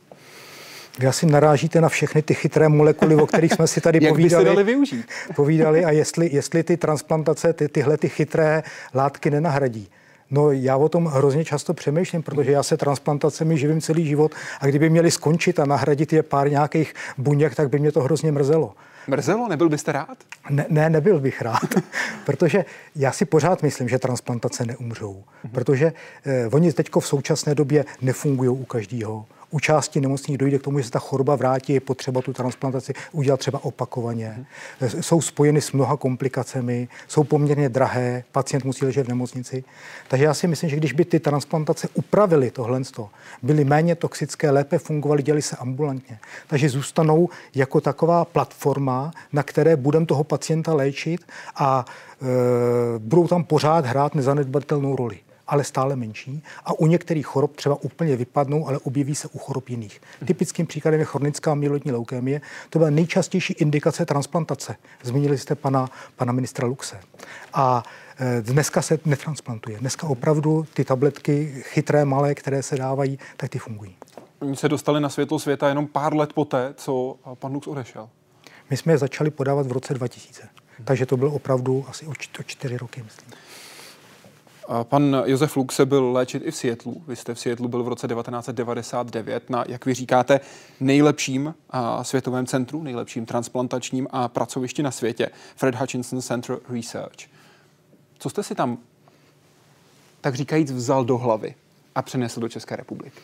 [SPEAKER 2] Vy asi narážíte na všechny ty chytré molekuly, o kterých jsme si tady
[SPEAKER 1] Jak
[SPEAKER 2] povídali.
[SPEAKER 1] Jak by se dali využít?
[SPEAKER 2] Povídali a jestli, jestli ty transplantace ty, tyhle ty chytré látky nenahradí. No, já o tom hrozně často přemýšlím, protože já se transplantacemi živím celý život a kdyby měli skončit a nahradit je pár nějakých buněk, tak by mě to hrozně mrzelo.
[SPEAKER 1] Mrzelo? Nebyl byste rád?
[SPEAKER 2] Ne, ne nebyl bych rád, protože já si pořád myslím, že transplantace neumřou, protože eh, oni teďko v současné době nefungují u každého. U části nemocných dojde k tomu, že se ta choroba vrátí, je potřeba tu transplantaci udělat třeba opakovaně. Hmm. Jsou spojeny s mnoha komplikacemi, jsou poměrně drahé, pacient musí ležet v nemocnici. Takže já si myslím, že když by ty transplantace upravily tohle, byly méně toxické, lépe fungovaly, dělaly se ambulantně, takže zůstanou jako taková platforma, na které budeme toho pacienta léčit a e, budou tam pořád hrát nezanedbatelnou roli, ale stále menší. A u některých chorob třeba úplně vypadnou, ale objeví se u chorob jiných. Typickým příkladem je chronická myeloidní leukémie. To byla nejčastější indikace transplantace. Zmínili jste pana, pana ministra Luxe. A e, dneska se netransplantuje. Dneska opravdu ty tabletky chytré, malé, které se dávají, tak ty fungují.
[SPEAKER 1] Oni se dostali na světlo světa jenom pár let poté, co pan Lux odešel.
[SPEAKER 2] My jsme je začali podávat v roce dva tisíce. Hmm. Takže to bylo opravdu asi o čtyři roky, myslím.
[SPEAKER 1] Pan Josef Lux se byl léčit i v Seattlu. Vy jste v Seattlu byl v roce devatenáct set devadesát devět na, jak vy říkáte, nejlepším a, světovém centru, nejlepším transplantačním a pracovišti na světě, Fred Hutchinson Center Research. Co jste si tam, tak říkajíc, vzal do hlavy a přenesl do České republiky?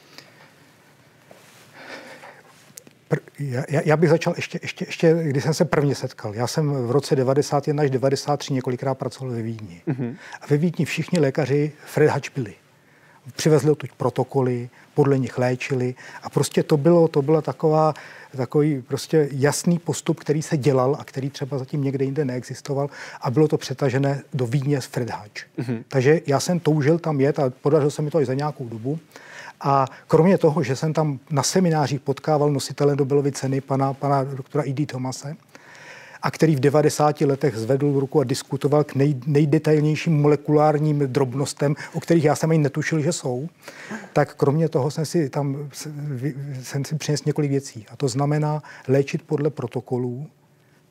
[SPEAKER 2] Já, já bych začal ještě, ještě, ještě, když jsem se prvně setkal. Já jsem v roce devadesát jedna až devadesát tři několikrát pracoval ve Vídni. Mm-hmm. A ve Vídni všichni lékaři Fred Hutch byli. Přivezli odtud protokoly, podle nich léčili a prostě to bylo, to byla taková, takový prostě jasný postup, který se dělal a který třeba zatím někde jinde neexistoval a bylo to přetažené do Vídně z Fred Hutch. Mm-hmm. Takže já jsem toužil tam jet a podařil se mi to i za nějakou dobu. A kromě toho, že jsem tam na seminářích potkával nositele Nobelovy ceny pana, pana doktora E D Thomase, a který v devadesáti letech zvedl ruku a diskutoval k nej, nejdetailnějším molekulárním drobnostem, o kterých já jsem ani netušil, že jsou, tak kromě toho jsem si tam jsem si přinesl několik věcí. A to znamená léčit podle protokolů,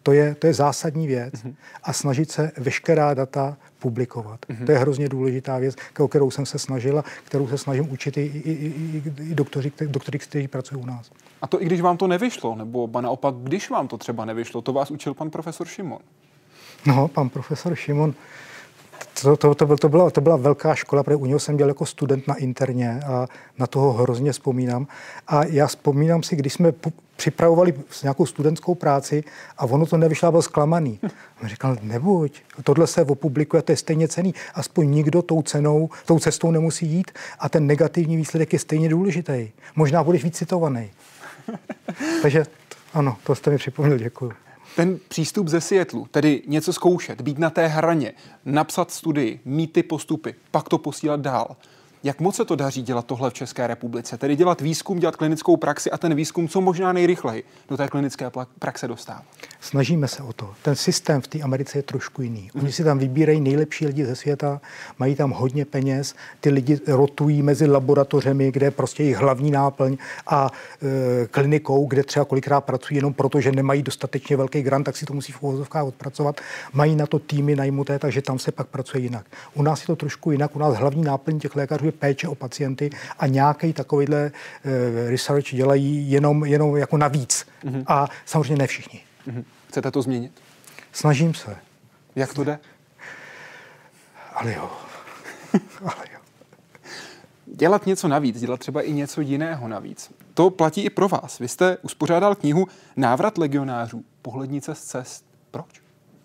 [SPEAKER 2] To je, to je zásadní věc mm-hmm. a snažit se veškerá data publikovat. Mm-hmm. To je hrozně důležitá věc, o kterou jsem se snažila, kterou se snažím učit i, i, i, i doktoři, doktory, kteří pracují u nás.
[SPEAKER 1] A to i když vám to nevyšlo, nebo ba naopak, když vám to třeba nevyšlo, to vás učil pan profesor Šimon?
[SPEAKER 2] No, pan profesor Šimon, to, to, to, to, byla, to byla velká škola, protože u něho jsem dělal jako student na interně a na toho hrozně vzpomínám. A já vzpomínám si, když jsme připravovali nějakou studentskou práci a ono to nevyšlo, byl zklamaný. On říkal, nebuď, tohle se opublikuje, to je stejně cenný. Aspoň nikdo tou cenou, tou cestou nemusí jít a ten negativní výsledek je stejně důležitý. Možná budeš víc citovaný. Takže ano, to jste mi připomněl, děkuji.
[SPEAKER 1] Ten přístup ze Seattlu, tedy něco zkoušet, být na té hraně, napsat studii, mít ty postupy, pak to posílat dál. Jak moc se to daří dělat tohle v České republice? Tedy dělat výzkum, dělat klinickou praxi a ten výzkum co možná nejrychleji do té klinické praxe dostávat?
[SPEAKER 2] Snažíme se o to. Ten systém v té Americe je trošku jiný. Oni si tam vybírají nejlepší lidi ze světa, mají tam hodně peněz, ty lidi rotují mezi laboratořemi, kde je prostě jejich hlavní náplň a e, klinikou, kde třeba kolikrát pracují jenom proto, že nemají dostatečně velký grant, tak si to musí v uvozovkách odpracovat. Mají na to týmy najmuté, takže tam se pak pracuje jinak. U nás je to trošku jinak. U nás hlavní náplň těch lékařů je péče o pacienty a nějaký takovýhle e, research dělají jenom, jenom jako navíc. Mm-hmm. A samozřejmě ne všichni.
[SPEAKER 1] Mm-hmm. Chcete to změnit?
[SPEAKER 2] Snažím se.
[SPEAKER 1] Jak to jde?
[SPEAKER 2] Ale jo. Ale jo.
[SPEAKER 1] Dělat něco navíc, dělat třeba i něco jiného navíc. To platí i pro vás. Vy jste uspořádal knihu Návrat legionářů. Pohlednice z cest. Proč?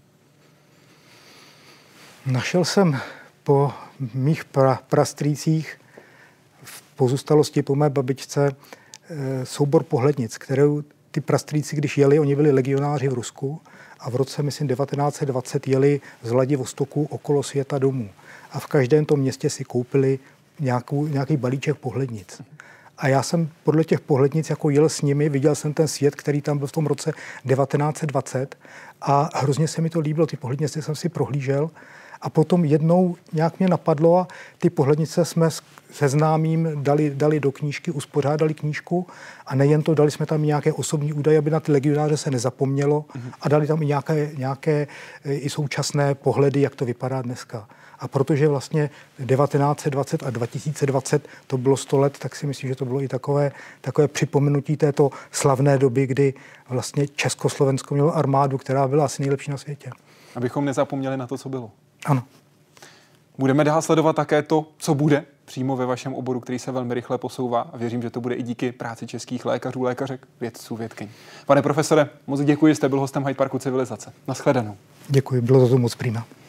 [SPEAKER 2] Našel jsem po mých pra, prastrýcích v pozůstalosti po mé babičce e, soubor pohlednic, kterou ty prastrýci, když jeli, oni byli legionáři v Rusku a v roce, myslím, devatenáct set dvacet jeli z Vladivostoku okolo světa domů. A v každém tom městě si koupili nějakou, nějaký balíček pohlednic. A já jsem podle těch pohlednic jako jel s nimi, viděl jsem ten svět, který tam byl v tom roce devatenáct set dvacet a hrozně se mi to líbilo. Ty pohlednice jsem si prohlížel a potom jednou nějak mě napadlo a ty pohlednice jsme se známým dali, dali do knížky, uspořádali knížku a nejen to, dali jsme tam nějaké osobní údaje, aby na ty legionáře se nezapomnělo mm-hmm. a dali tam i nějaké, nějaké i současné pohledy, jak to vypadá dneska. A protože vlastně devatenáct set dvacet a dva tisíce dvacet to bylo sto let, tak si myslím, že to bylo i takové, takové připomenutí této slavné doby, kdy vlastně Československo mělo armádu, která byla asi nejlepší na světě.
[SPEAKER 1] Abychom nezapomněli na to, co bylo.
[SPEAKER 2] Ano.
[SPEAKER 1] Budeme dál sledovat také to, co bude přímo ve vašem oboru, který se velmi rychle posouvá a věřím, že to bude i díky práci českých lékařů, lékařek, vědců, vědkyň. Pane profesore, moc děkuji, jste byl hostem Hyde Parku Civilizace. Naschledanou.
[SPEAKER 2] Děkuji, bylo to moc prima.